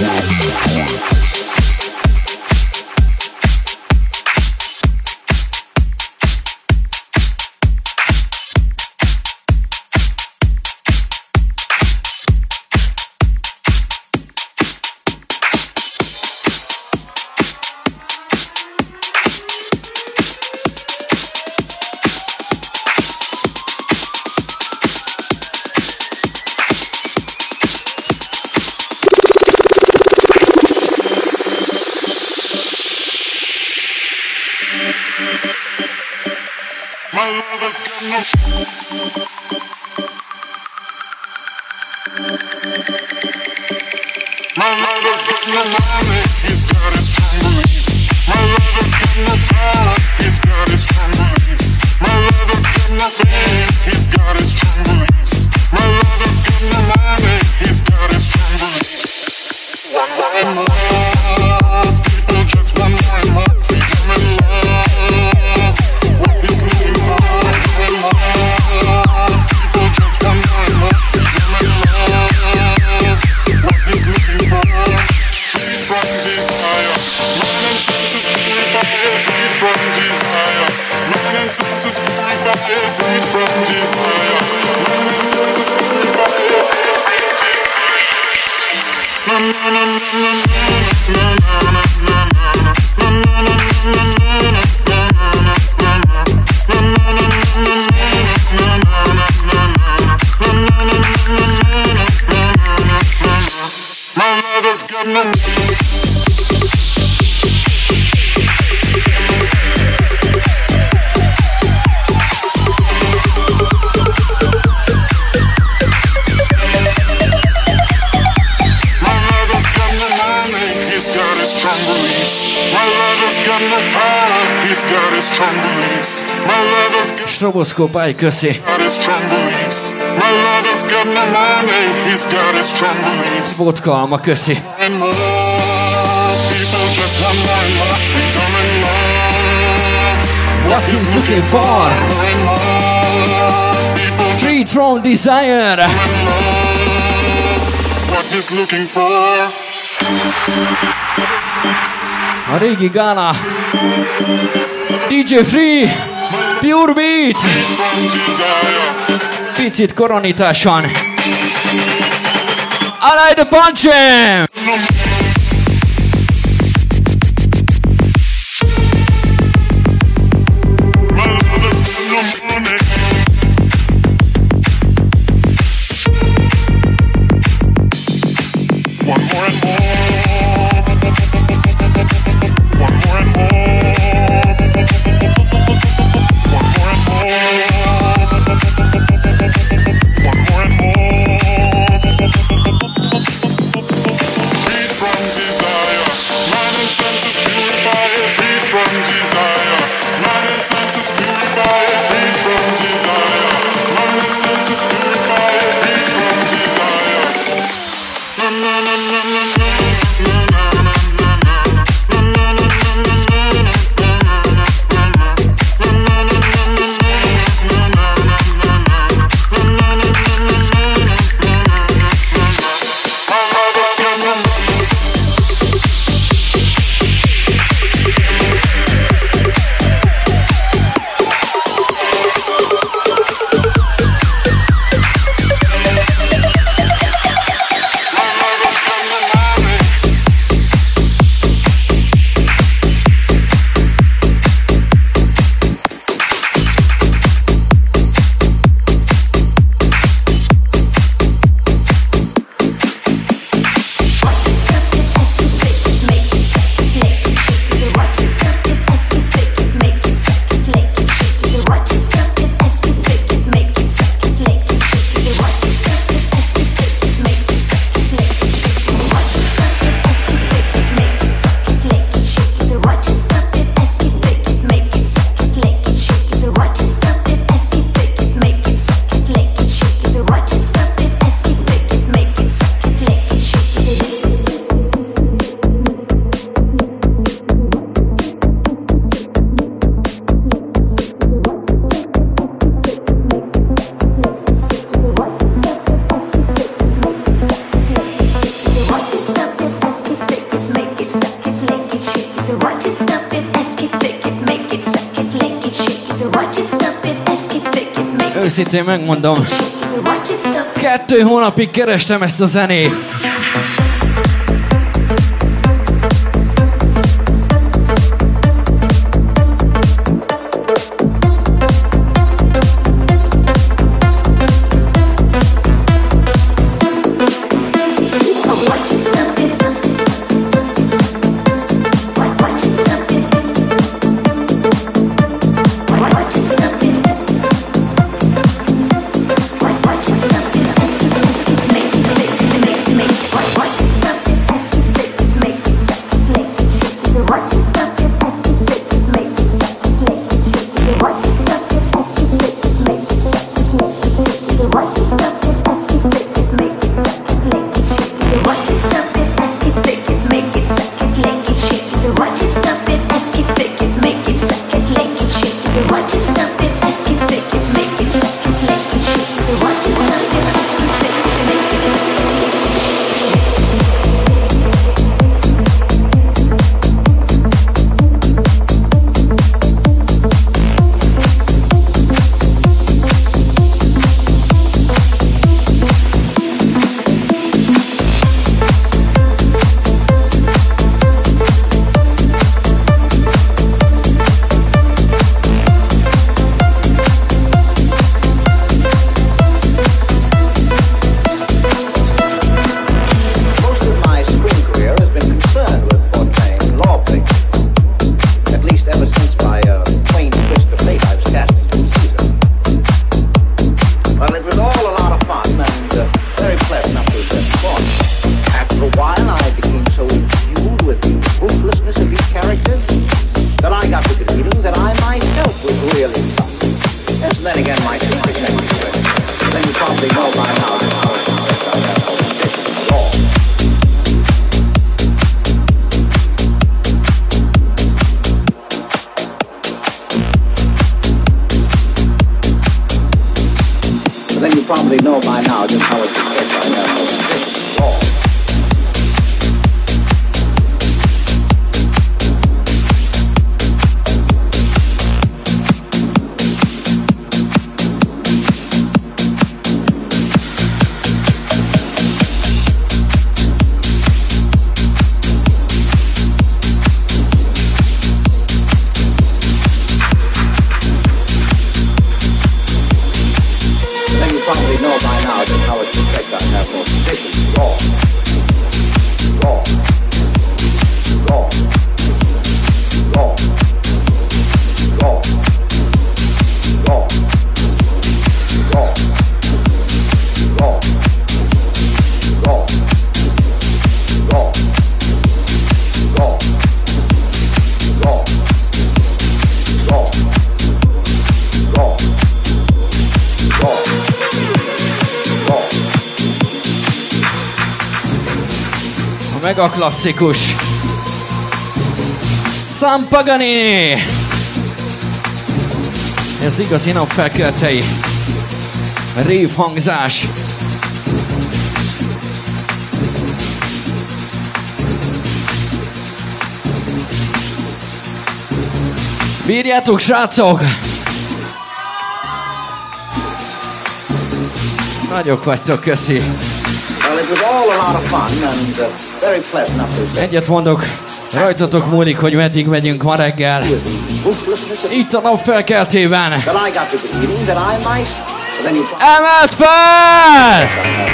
Stroboszkópáj, köszi. Vodka alma, köszi. What he's looking for. Freed from desire. What he's looking for. A régi Gána. dé dzsé Free. Pure Beat. Picit koronitáson. I like the punch him. Őszintén megmondom, kettő hónapig kerestem ezt a zenét. Meg a klasszikus Sam Paganini. Ez igazi napfelkeltei rave hangzás. Bírjátok, srácok! Nagyok vagytok, köszi. Egyet mondok, rajtatok múlik, hogy meddig megyünk ma reggel. Itt a napfelkeltében. Emelt fel!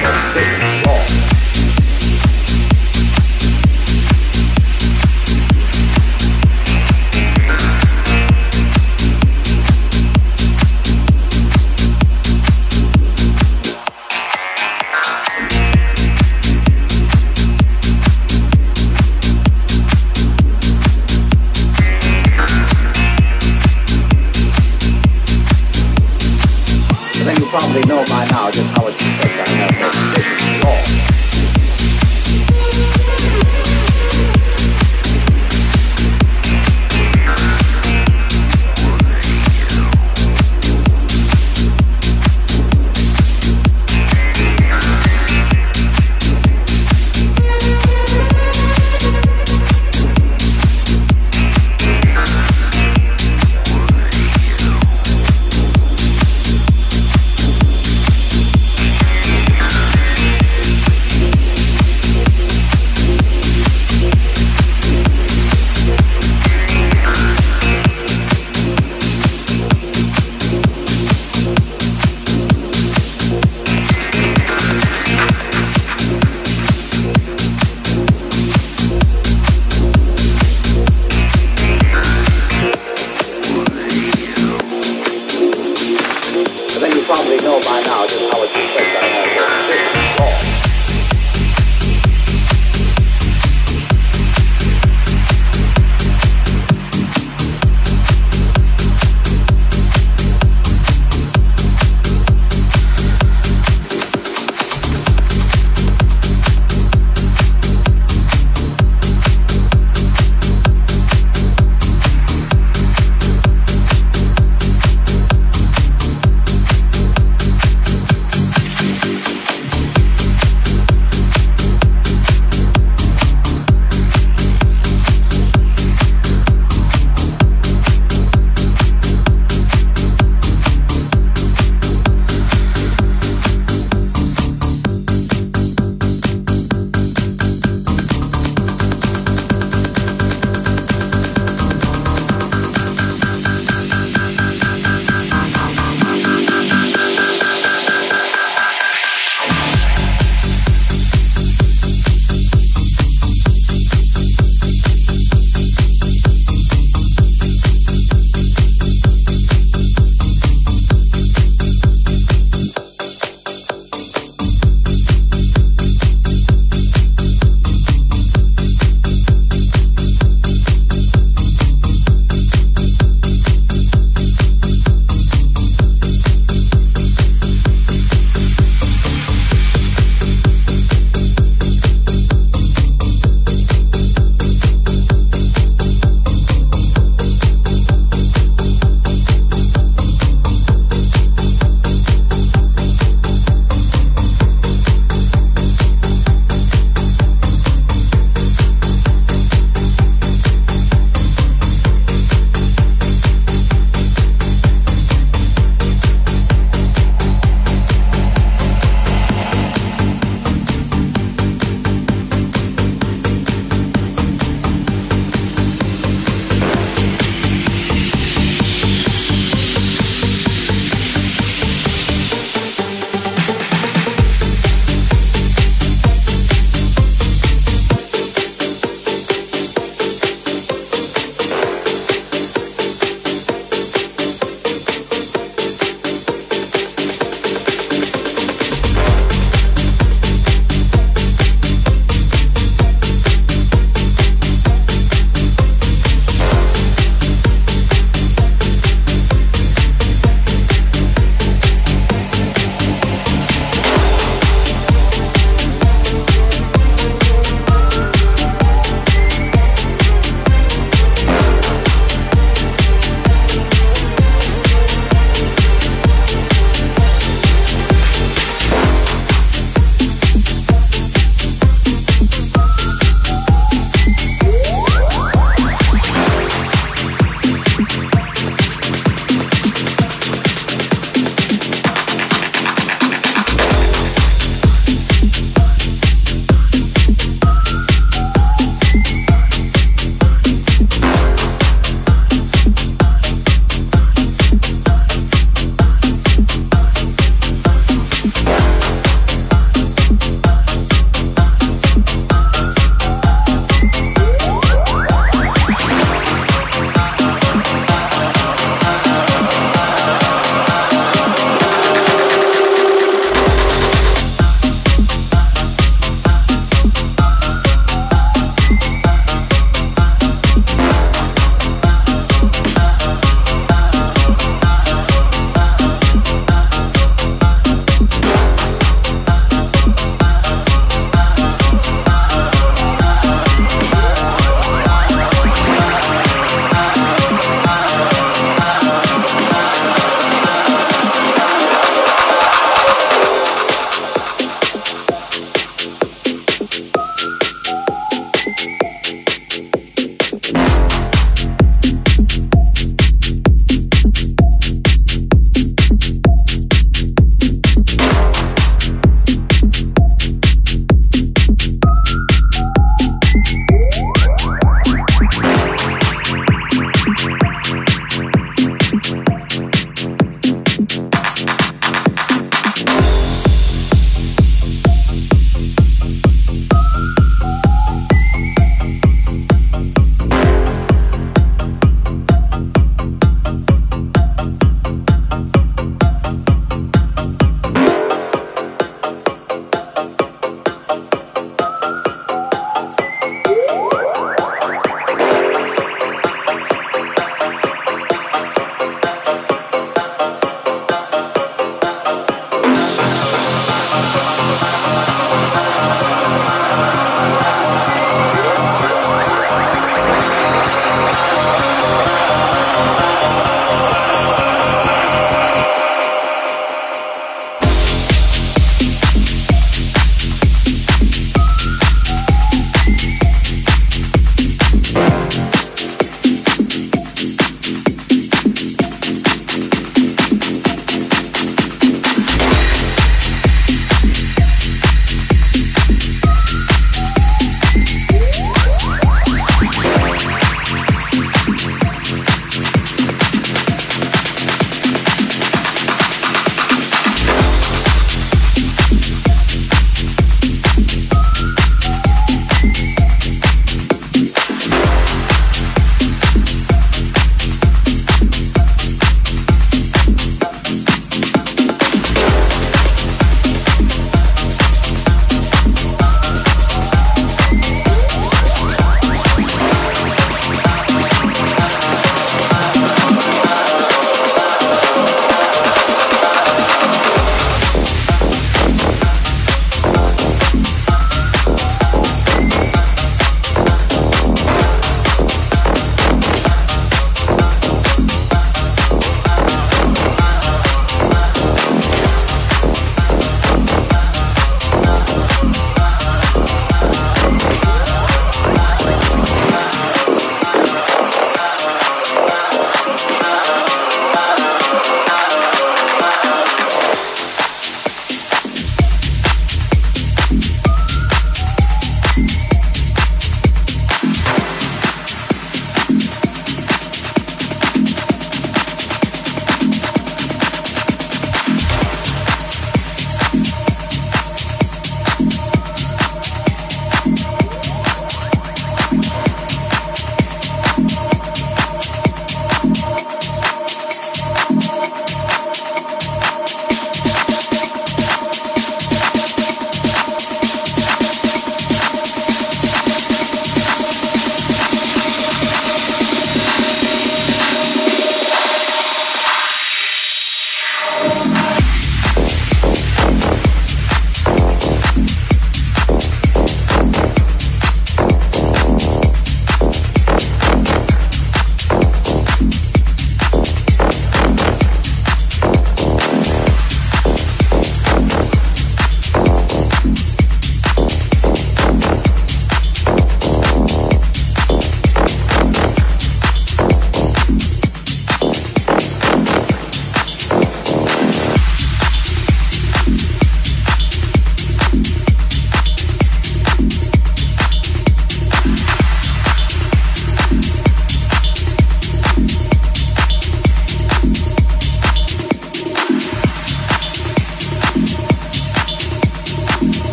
Probably know by now just how it's I have no suspicion at all.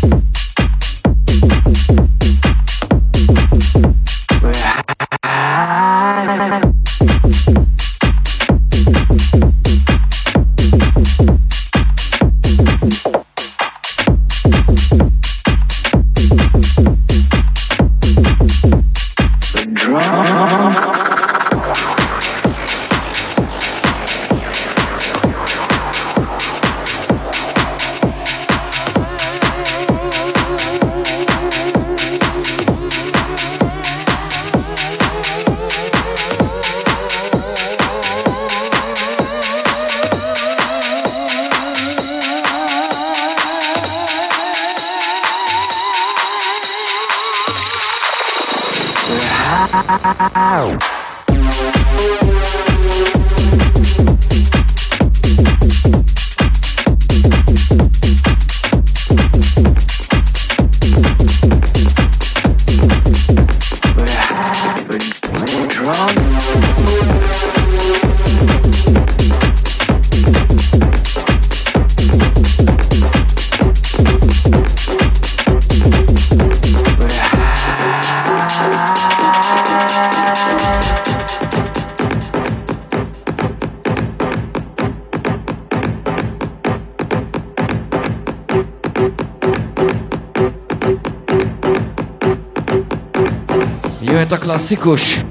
Jöhet a klasszikus.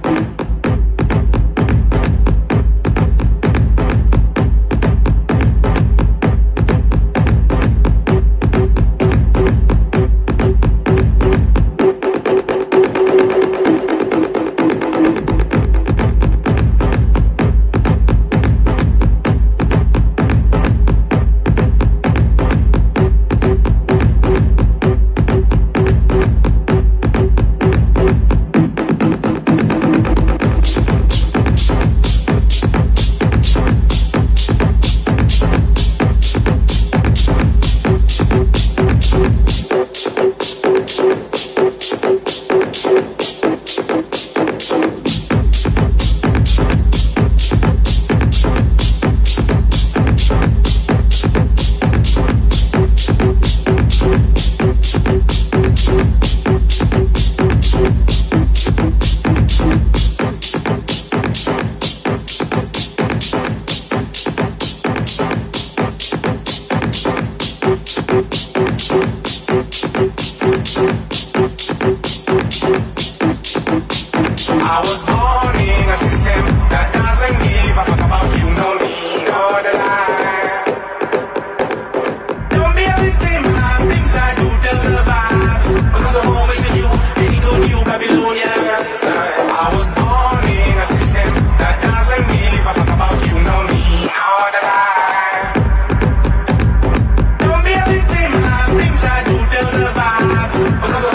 Survive because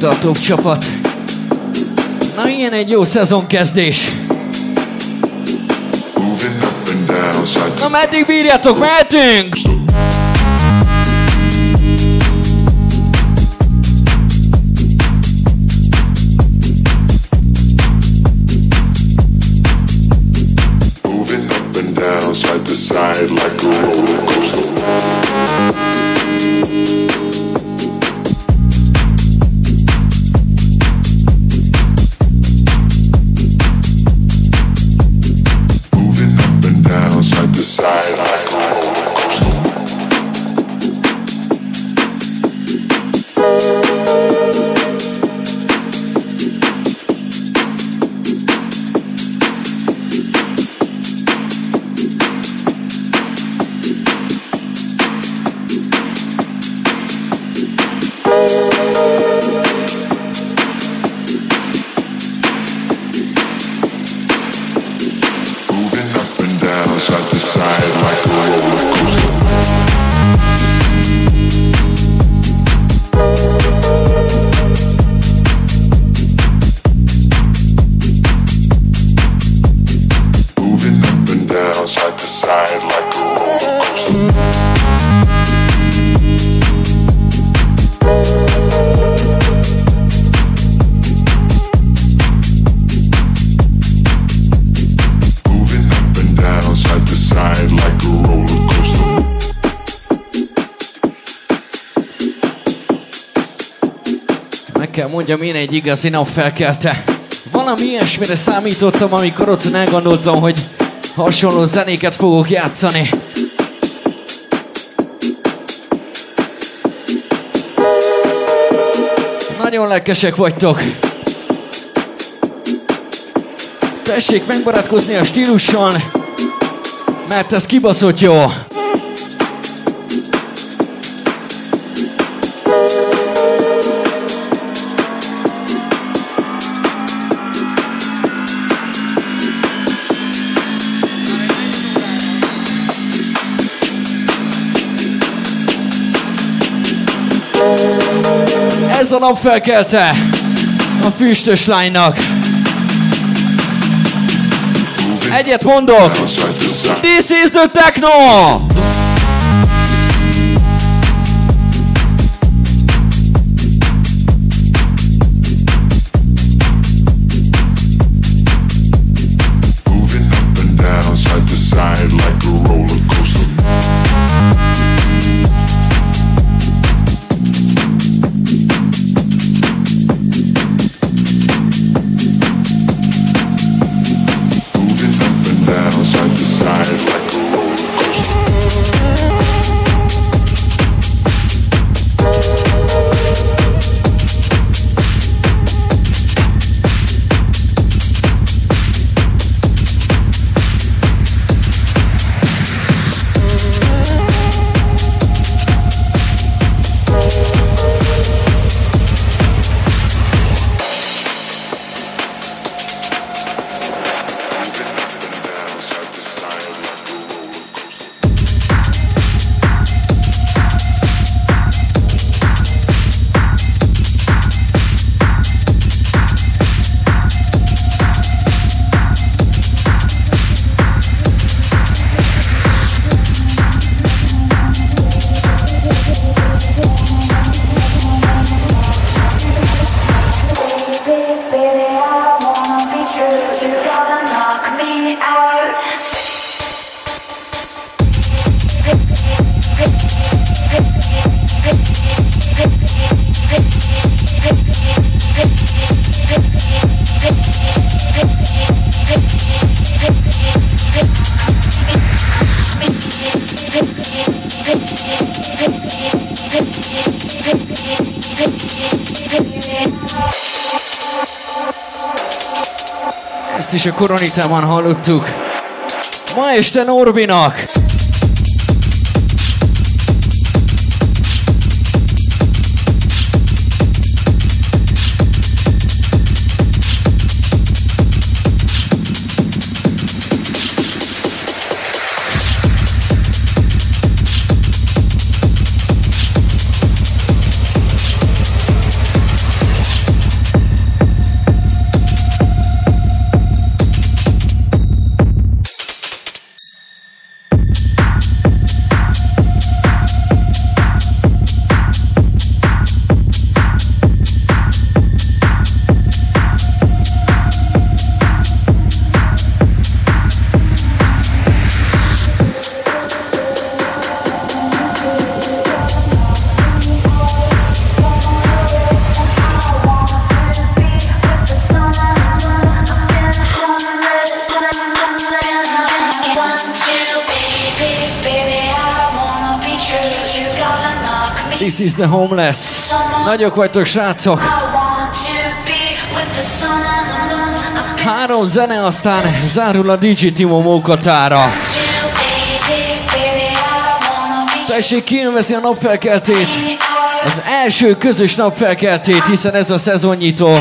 Tartók csapat. Na ilyen egy jó szezonkezdés. Na meddig bírjátok, mehetünk! Down side to side like a roller coaster. Moving up and down side to side like a roller coaster. Side to side like a roller coaster. Moving up and down, side to side like a roller coaster. Side to side like a roller coaster. Meg kell mondjam, én egy igazi napfelkelte. Valami ilyesmire számítottam, amikor ott elgondoltam, hogy hasonló zenéket fogok játszani. Nagyon lelkesek vagytok. Tessék megbarátkozni a stílussal, mert ez kibaszott jó. Ez a napfelkelte a füstös lánynak. Egyet mondok! This is the techno! Moving up and down, side to side like a roller coaster. Down side to side like a roller coaster. Ezt is a Koronitában hallottuk. Ma este Norbinak. This is the homeless. Nagyok vagytok, srácok. Három zene, aztán zárul a dé jé Timo mókatára. Tessék kiélvezni a napfelkeltét. Az első közös napfelkeltét, hiszen ez a szezonnyitó.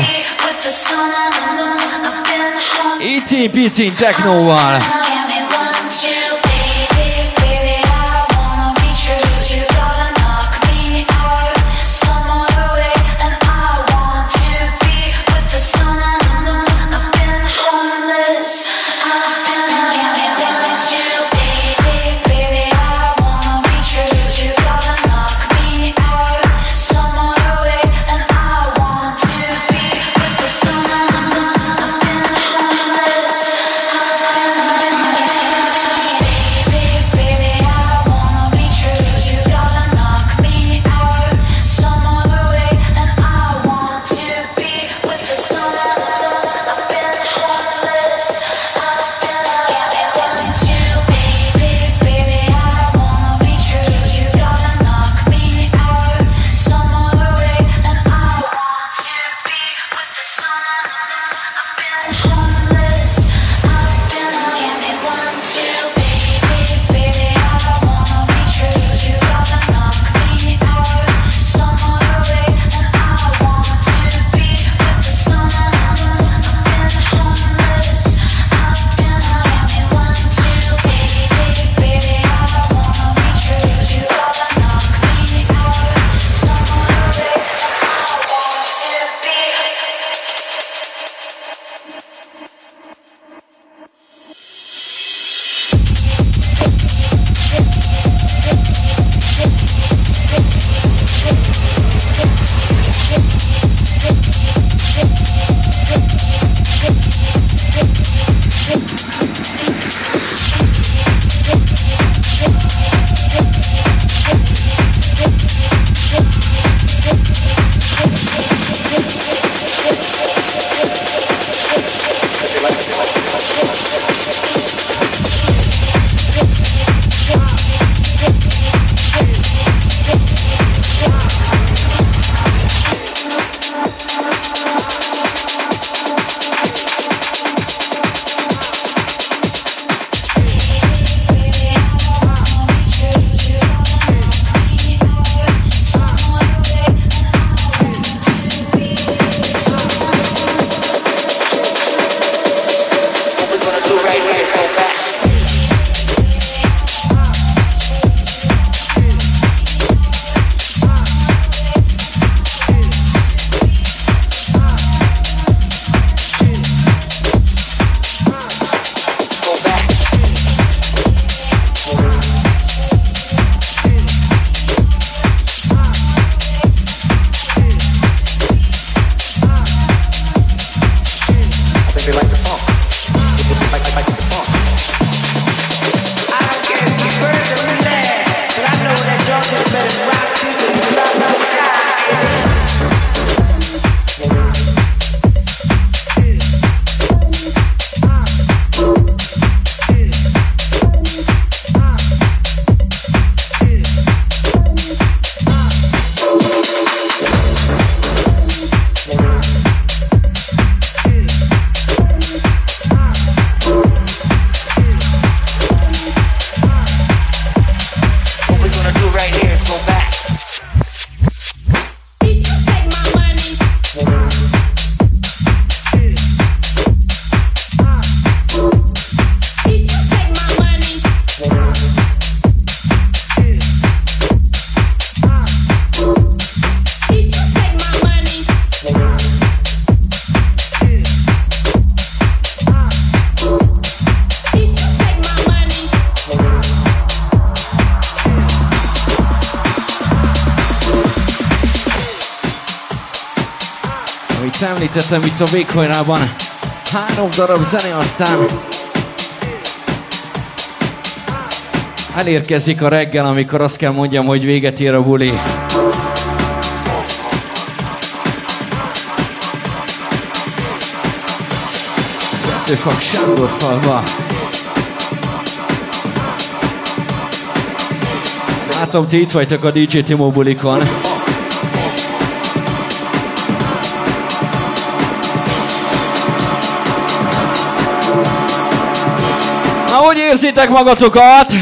Icin-picin technóval. Említettem itt a véghajrában három darab zene, aztán elérkezik a reggel, amikor azt kell mondjam, hogy véget ér a buli. Kettőfak Sándorfalva. látom, ti itt vagytok a dé dzsé Timo bulikon. Na, hogy érzitek magatokat?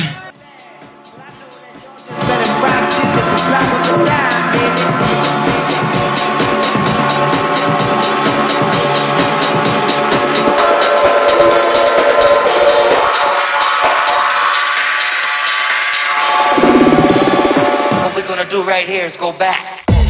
Do right here is go back.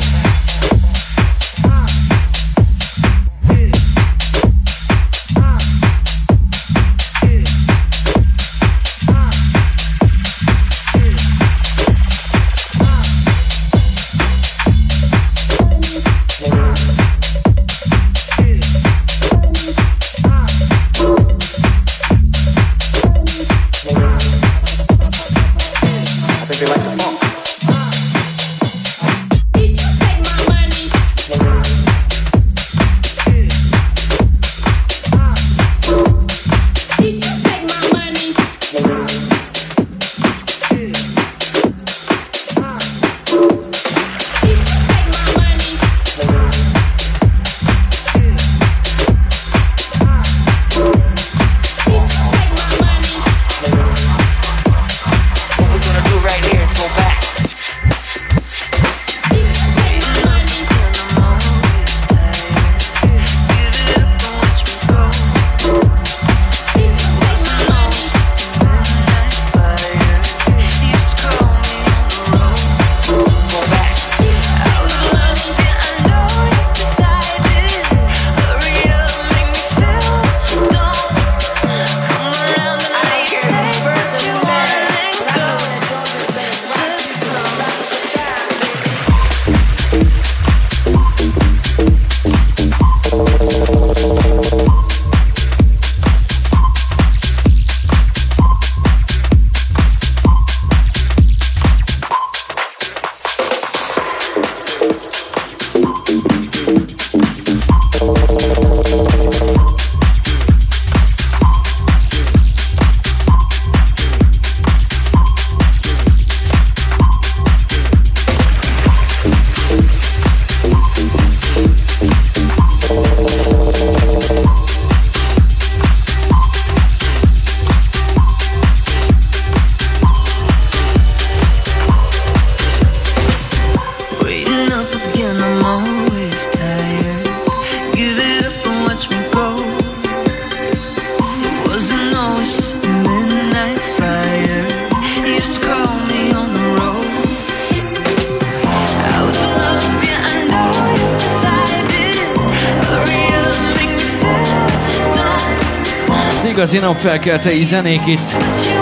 Igazi napfelkeltei zenék itt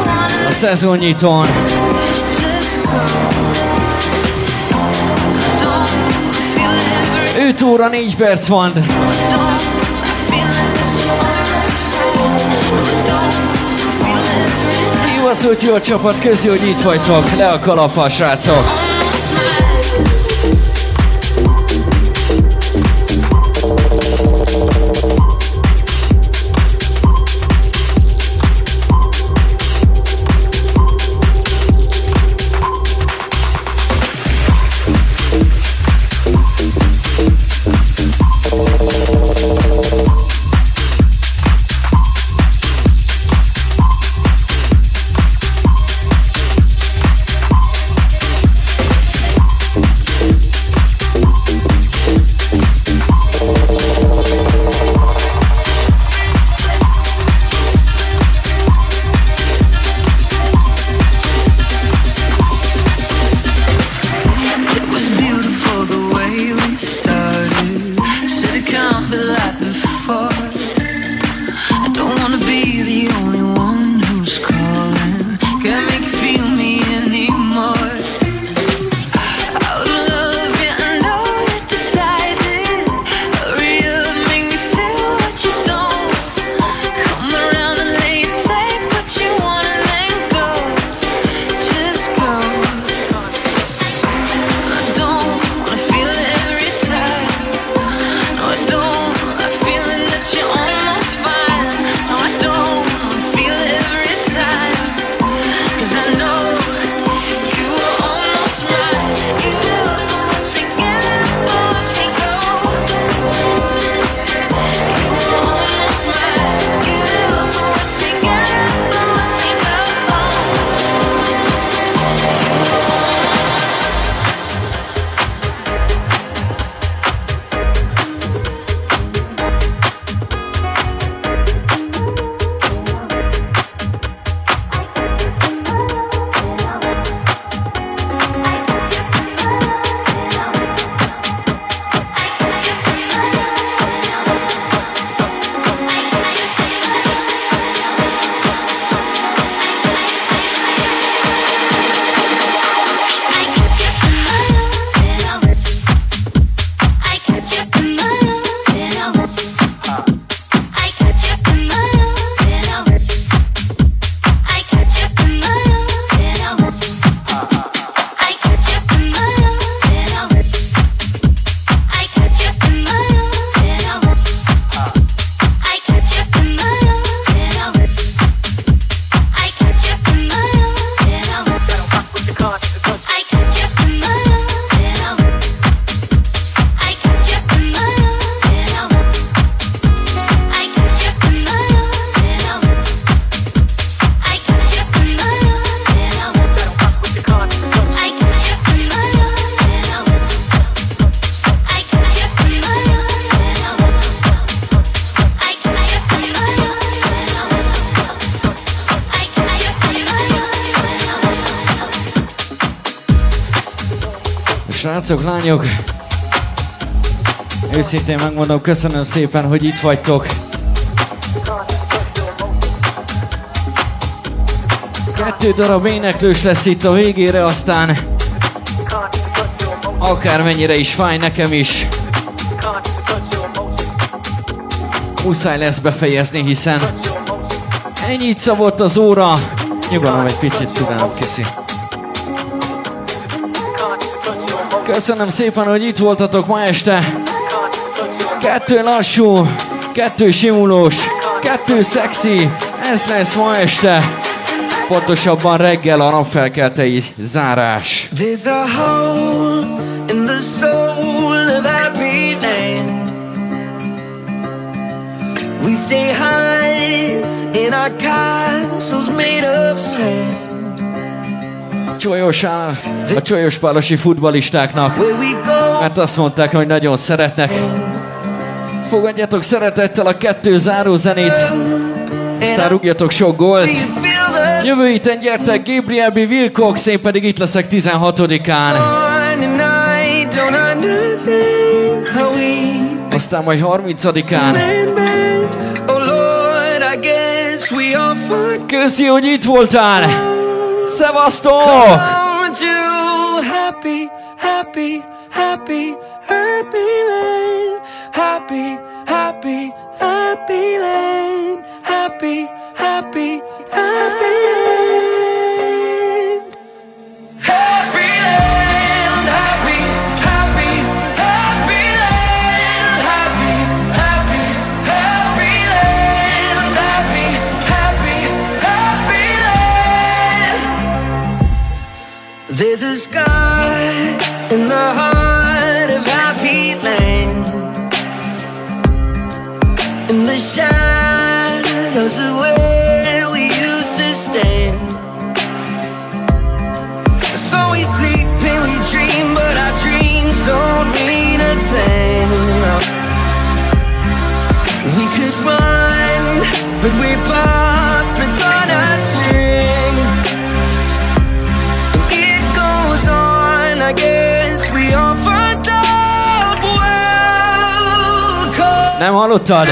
a szezonnyitón. öt óra négy perc van. Kivaszott jó a csapat, közi, hogy itt vagytok. Le a kalappal, srácok! You Srácok, lányok, őszintén megmondom, köszönöm szépen, hogy itt vagytok. Kettő darab éneklős lesz itt a végére, aztán akármennyire is fáj nekem is, muszáj lesz befejezni, hiszen ennyit szabott az óra. Nyugodom egy picit, tudom, keszi. Köszönöm szépen, hogy itt voltatok ma este. Kettő lassú, kettő simulós, kettő szexi, ez lesz ma este. Pontosabban reggel a napfelkeltei zárás. There's a hole in the soul of happy land. We stay high in our castles made of sand. Csolyos, a csolyospálosi futballistáknak, mert azt mondták, hogy nagyon szeretnek. Fogadjatok szeretettel a kettő zárózenét, aztán rúgjatok sok gólt. Jövő héten gyertek, Gabriel B. Wilcox, én pedig itt leszek tizenhatodikán. Aztán majd harmincadikán. Köszi, hogy itt voltál! Szevasztok! Happy, happy, happy, happy land. Happy, happy, happy land. Happy, happy, happy land. Happy land, happy, happy, happy land. Happy, happy, happy land. Happy, happy, happy land. There's a sky in the heart of happy land. In the shadows of where we used to stand. So we sleep and we dream, but our dreams don't mean a thing. We could run, but we're puppets on a string. And it goes on, I guess we all fucked up. Welcome. Nem hallottad?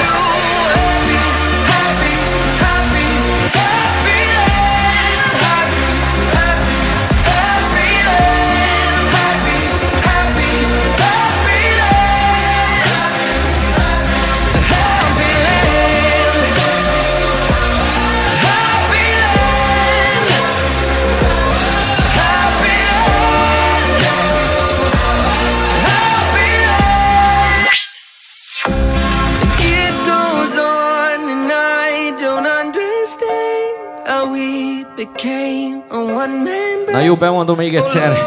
Na jó, bemondom még egyszer.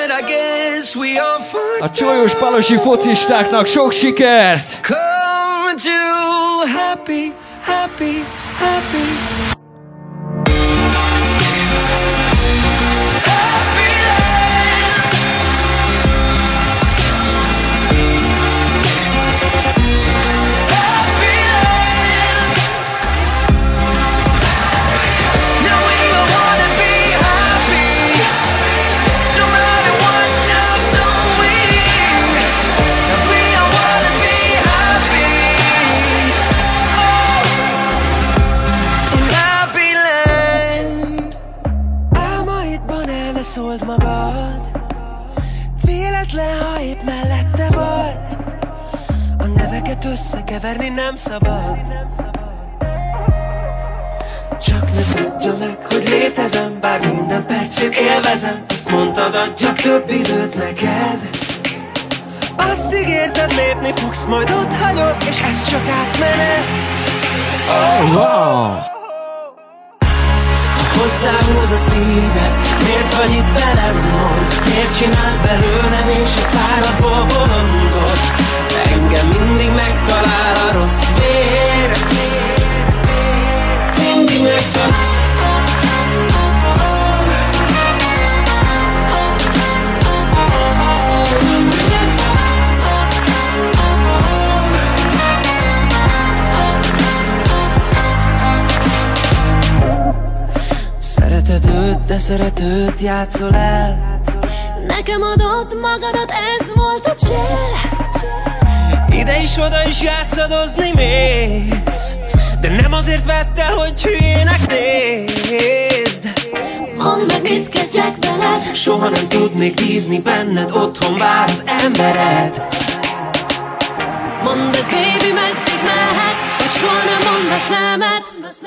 A csolyos palosi focistáknak sok sikert! Come to happy, happy, happy. Szólt magad, véletlen, ha épp mellette volt. A neveket összekeverni nem szabad. Csak ne tudja meg, hogy létezem, bár minden percét élvezem. Azt mondtad, adjak több időt neked. Azt ígérted, lépni fogsz, majd ott hagyod, és ez csak átmenet. Oh, wow. Hozzáhúz a szíved, miért vagy itt velem, mond? Miért csinálsz belőlem és a páratból bolondot? Engem mindig megtalál a rossz vér. Mindig megtalál. Szereted őt, de szeretőt játszol el. Ne Nekem adott magadat, ez volt a cél. Ide is, oda is játszadozni mész, de nem azért vettel, hogy hülyének nézd. Mondd meg, mit kezdjek veled. Soha nem tudnék bízni benned, otthon vár az embered. Mondd ezt, baby, meddig mehet, hogy soha nem mondasz nemet.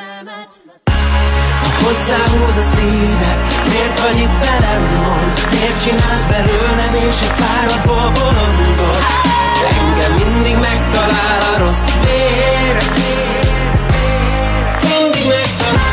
Hozzáhúz a szíved, miért vagy itt velem, mondd. Miért csinálsz belőlem és egy páratból bolondot? Engem mindig megtalál a rossz vér. Mindig megtalál.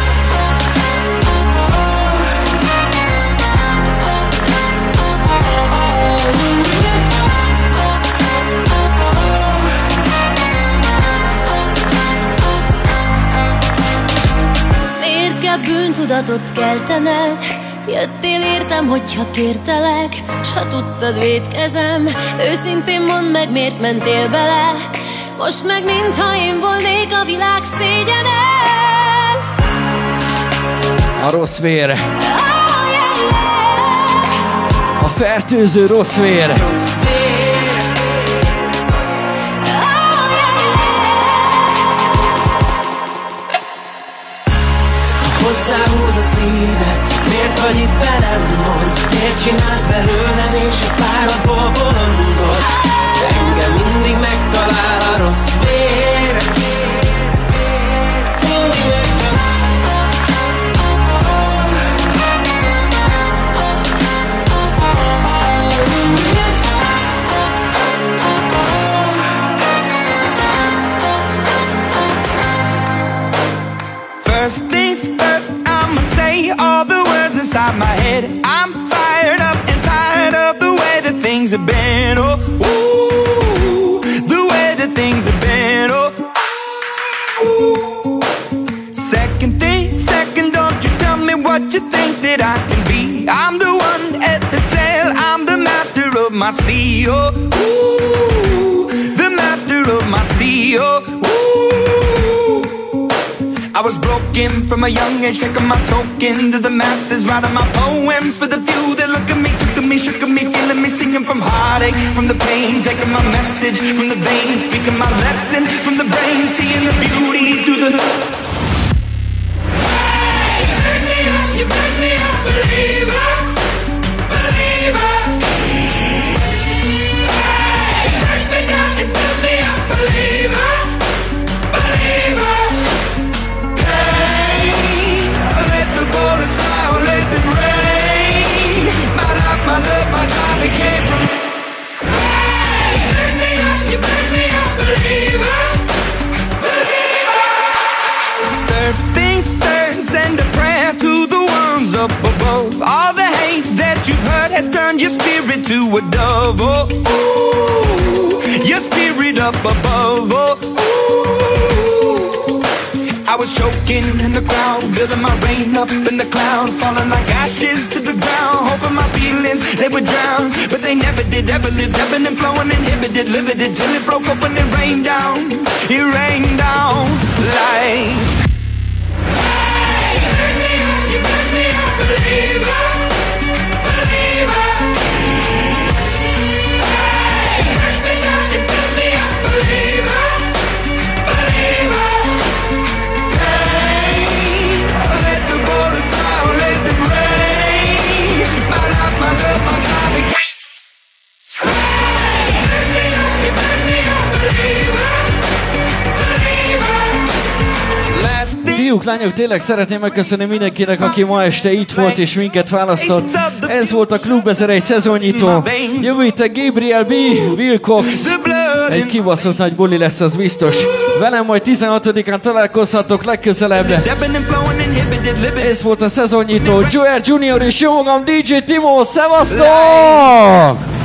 Miért kell bűntudatot keltened? Jöttél értem, hogyha kértelek, s ha tudtad, vétkezem. Őszintén mondd meg, miért mentél bele. Most meg, mintha én volnék a világ szégyene. A rossz vér. A fertőző rossz vér. Hozzáhúz a szíved, miért vagy itt velem, mondd. Miért csinálsz belőlem és egy páratból bolondot? Engem mindig megtalál a rossz vér. Mindig First things first, I'ma say all the words inside my head. I'm fired up and tired of the way that things have been. Oh, ooh, the way that things have been. Oh, ooh. Second thing, second, don't you tell me what you think that I can be. I'm the one at the sail, I'm the master of my sea. Oh, ooh, the master of my sea. Oh, ooh. I was broken from a young age, taking my soak into the masses, writing my poems for the few that look at me, took at me, shook at me, feeling me, singing from heartache, from the pain, taking my message from the veins, speaking my lesson from the brain, seeing the beauty through the. Hey, you burn me up, you burn me up, believer, believer. Hey, you burn me down, you burn me up, believer, believer. Bullets fly or let them rain. My life, my love, my time, it came from. Hey, you burn me up, you burn me up, believer, believer. Third things third, send a prayer to the ones up above. All the hate that you've heard has turned your spirit to a dove. Oh, ooh, your spirit up above. Oh, ooh. I was choking in the crowd, building my rain up in the cloud, falling like ashes to the ground, hoping my feelings, they would drown, but they never did, ever lived, ebbing and flowing, inhibited, limited, till it broke up when it rained down, it rained down like. Hey, you burn me up, you burn me up, believer, believer. Hey, you burn me down, you burn me up, believer, believer. Fiúk, lányok, tényleg szeretném megköszönni mindenkinek, aki ma este itt volt és minket választott. Ez volt a Klub ezer-egy szezonnyitó. Jövő héten Gabriel B, Wilcox. Egy kibaszott nagy buli lesz, az biztos. Velem majd tizenhatodikán találkozhatok legközelebb. Ez volt a szezonnyitó. Joel Junior és jó magam dé dzsé Timo. Szevasztok!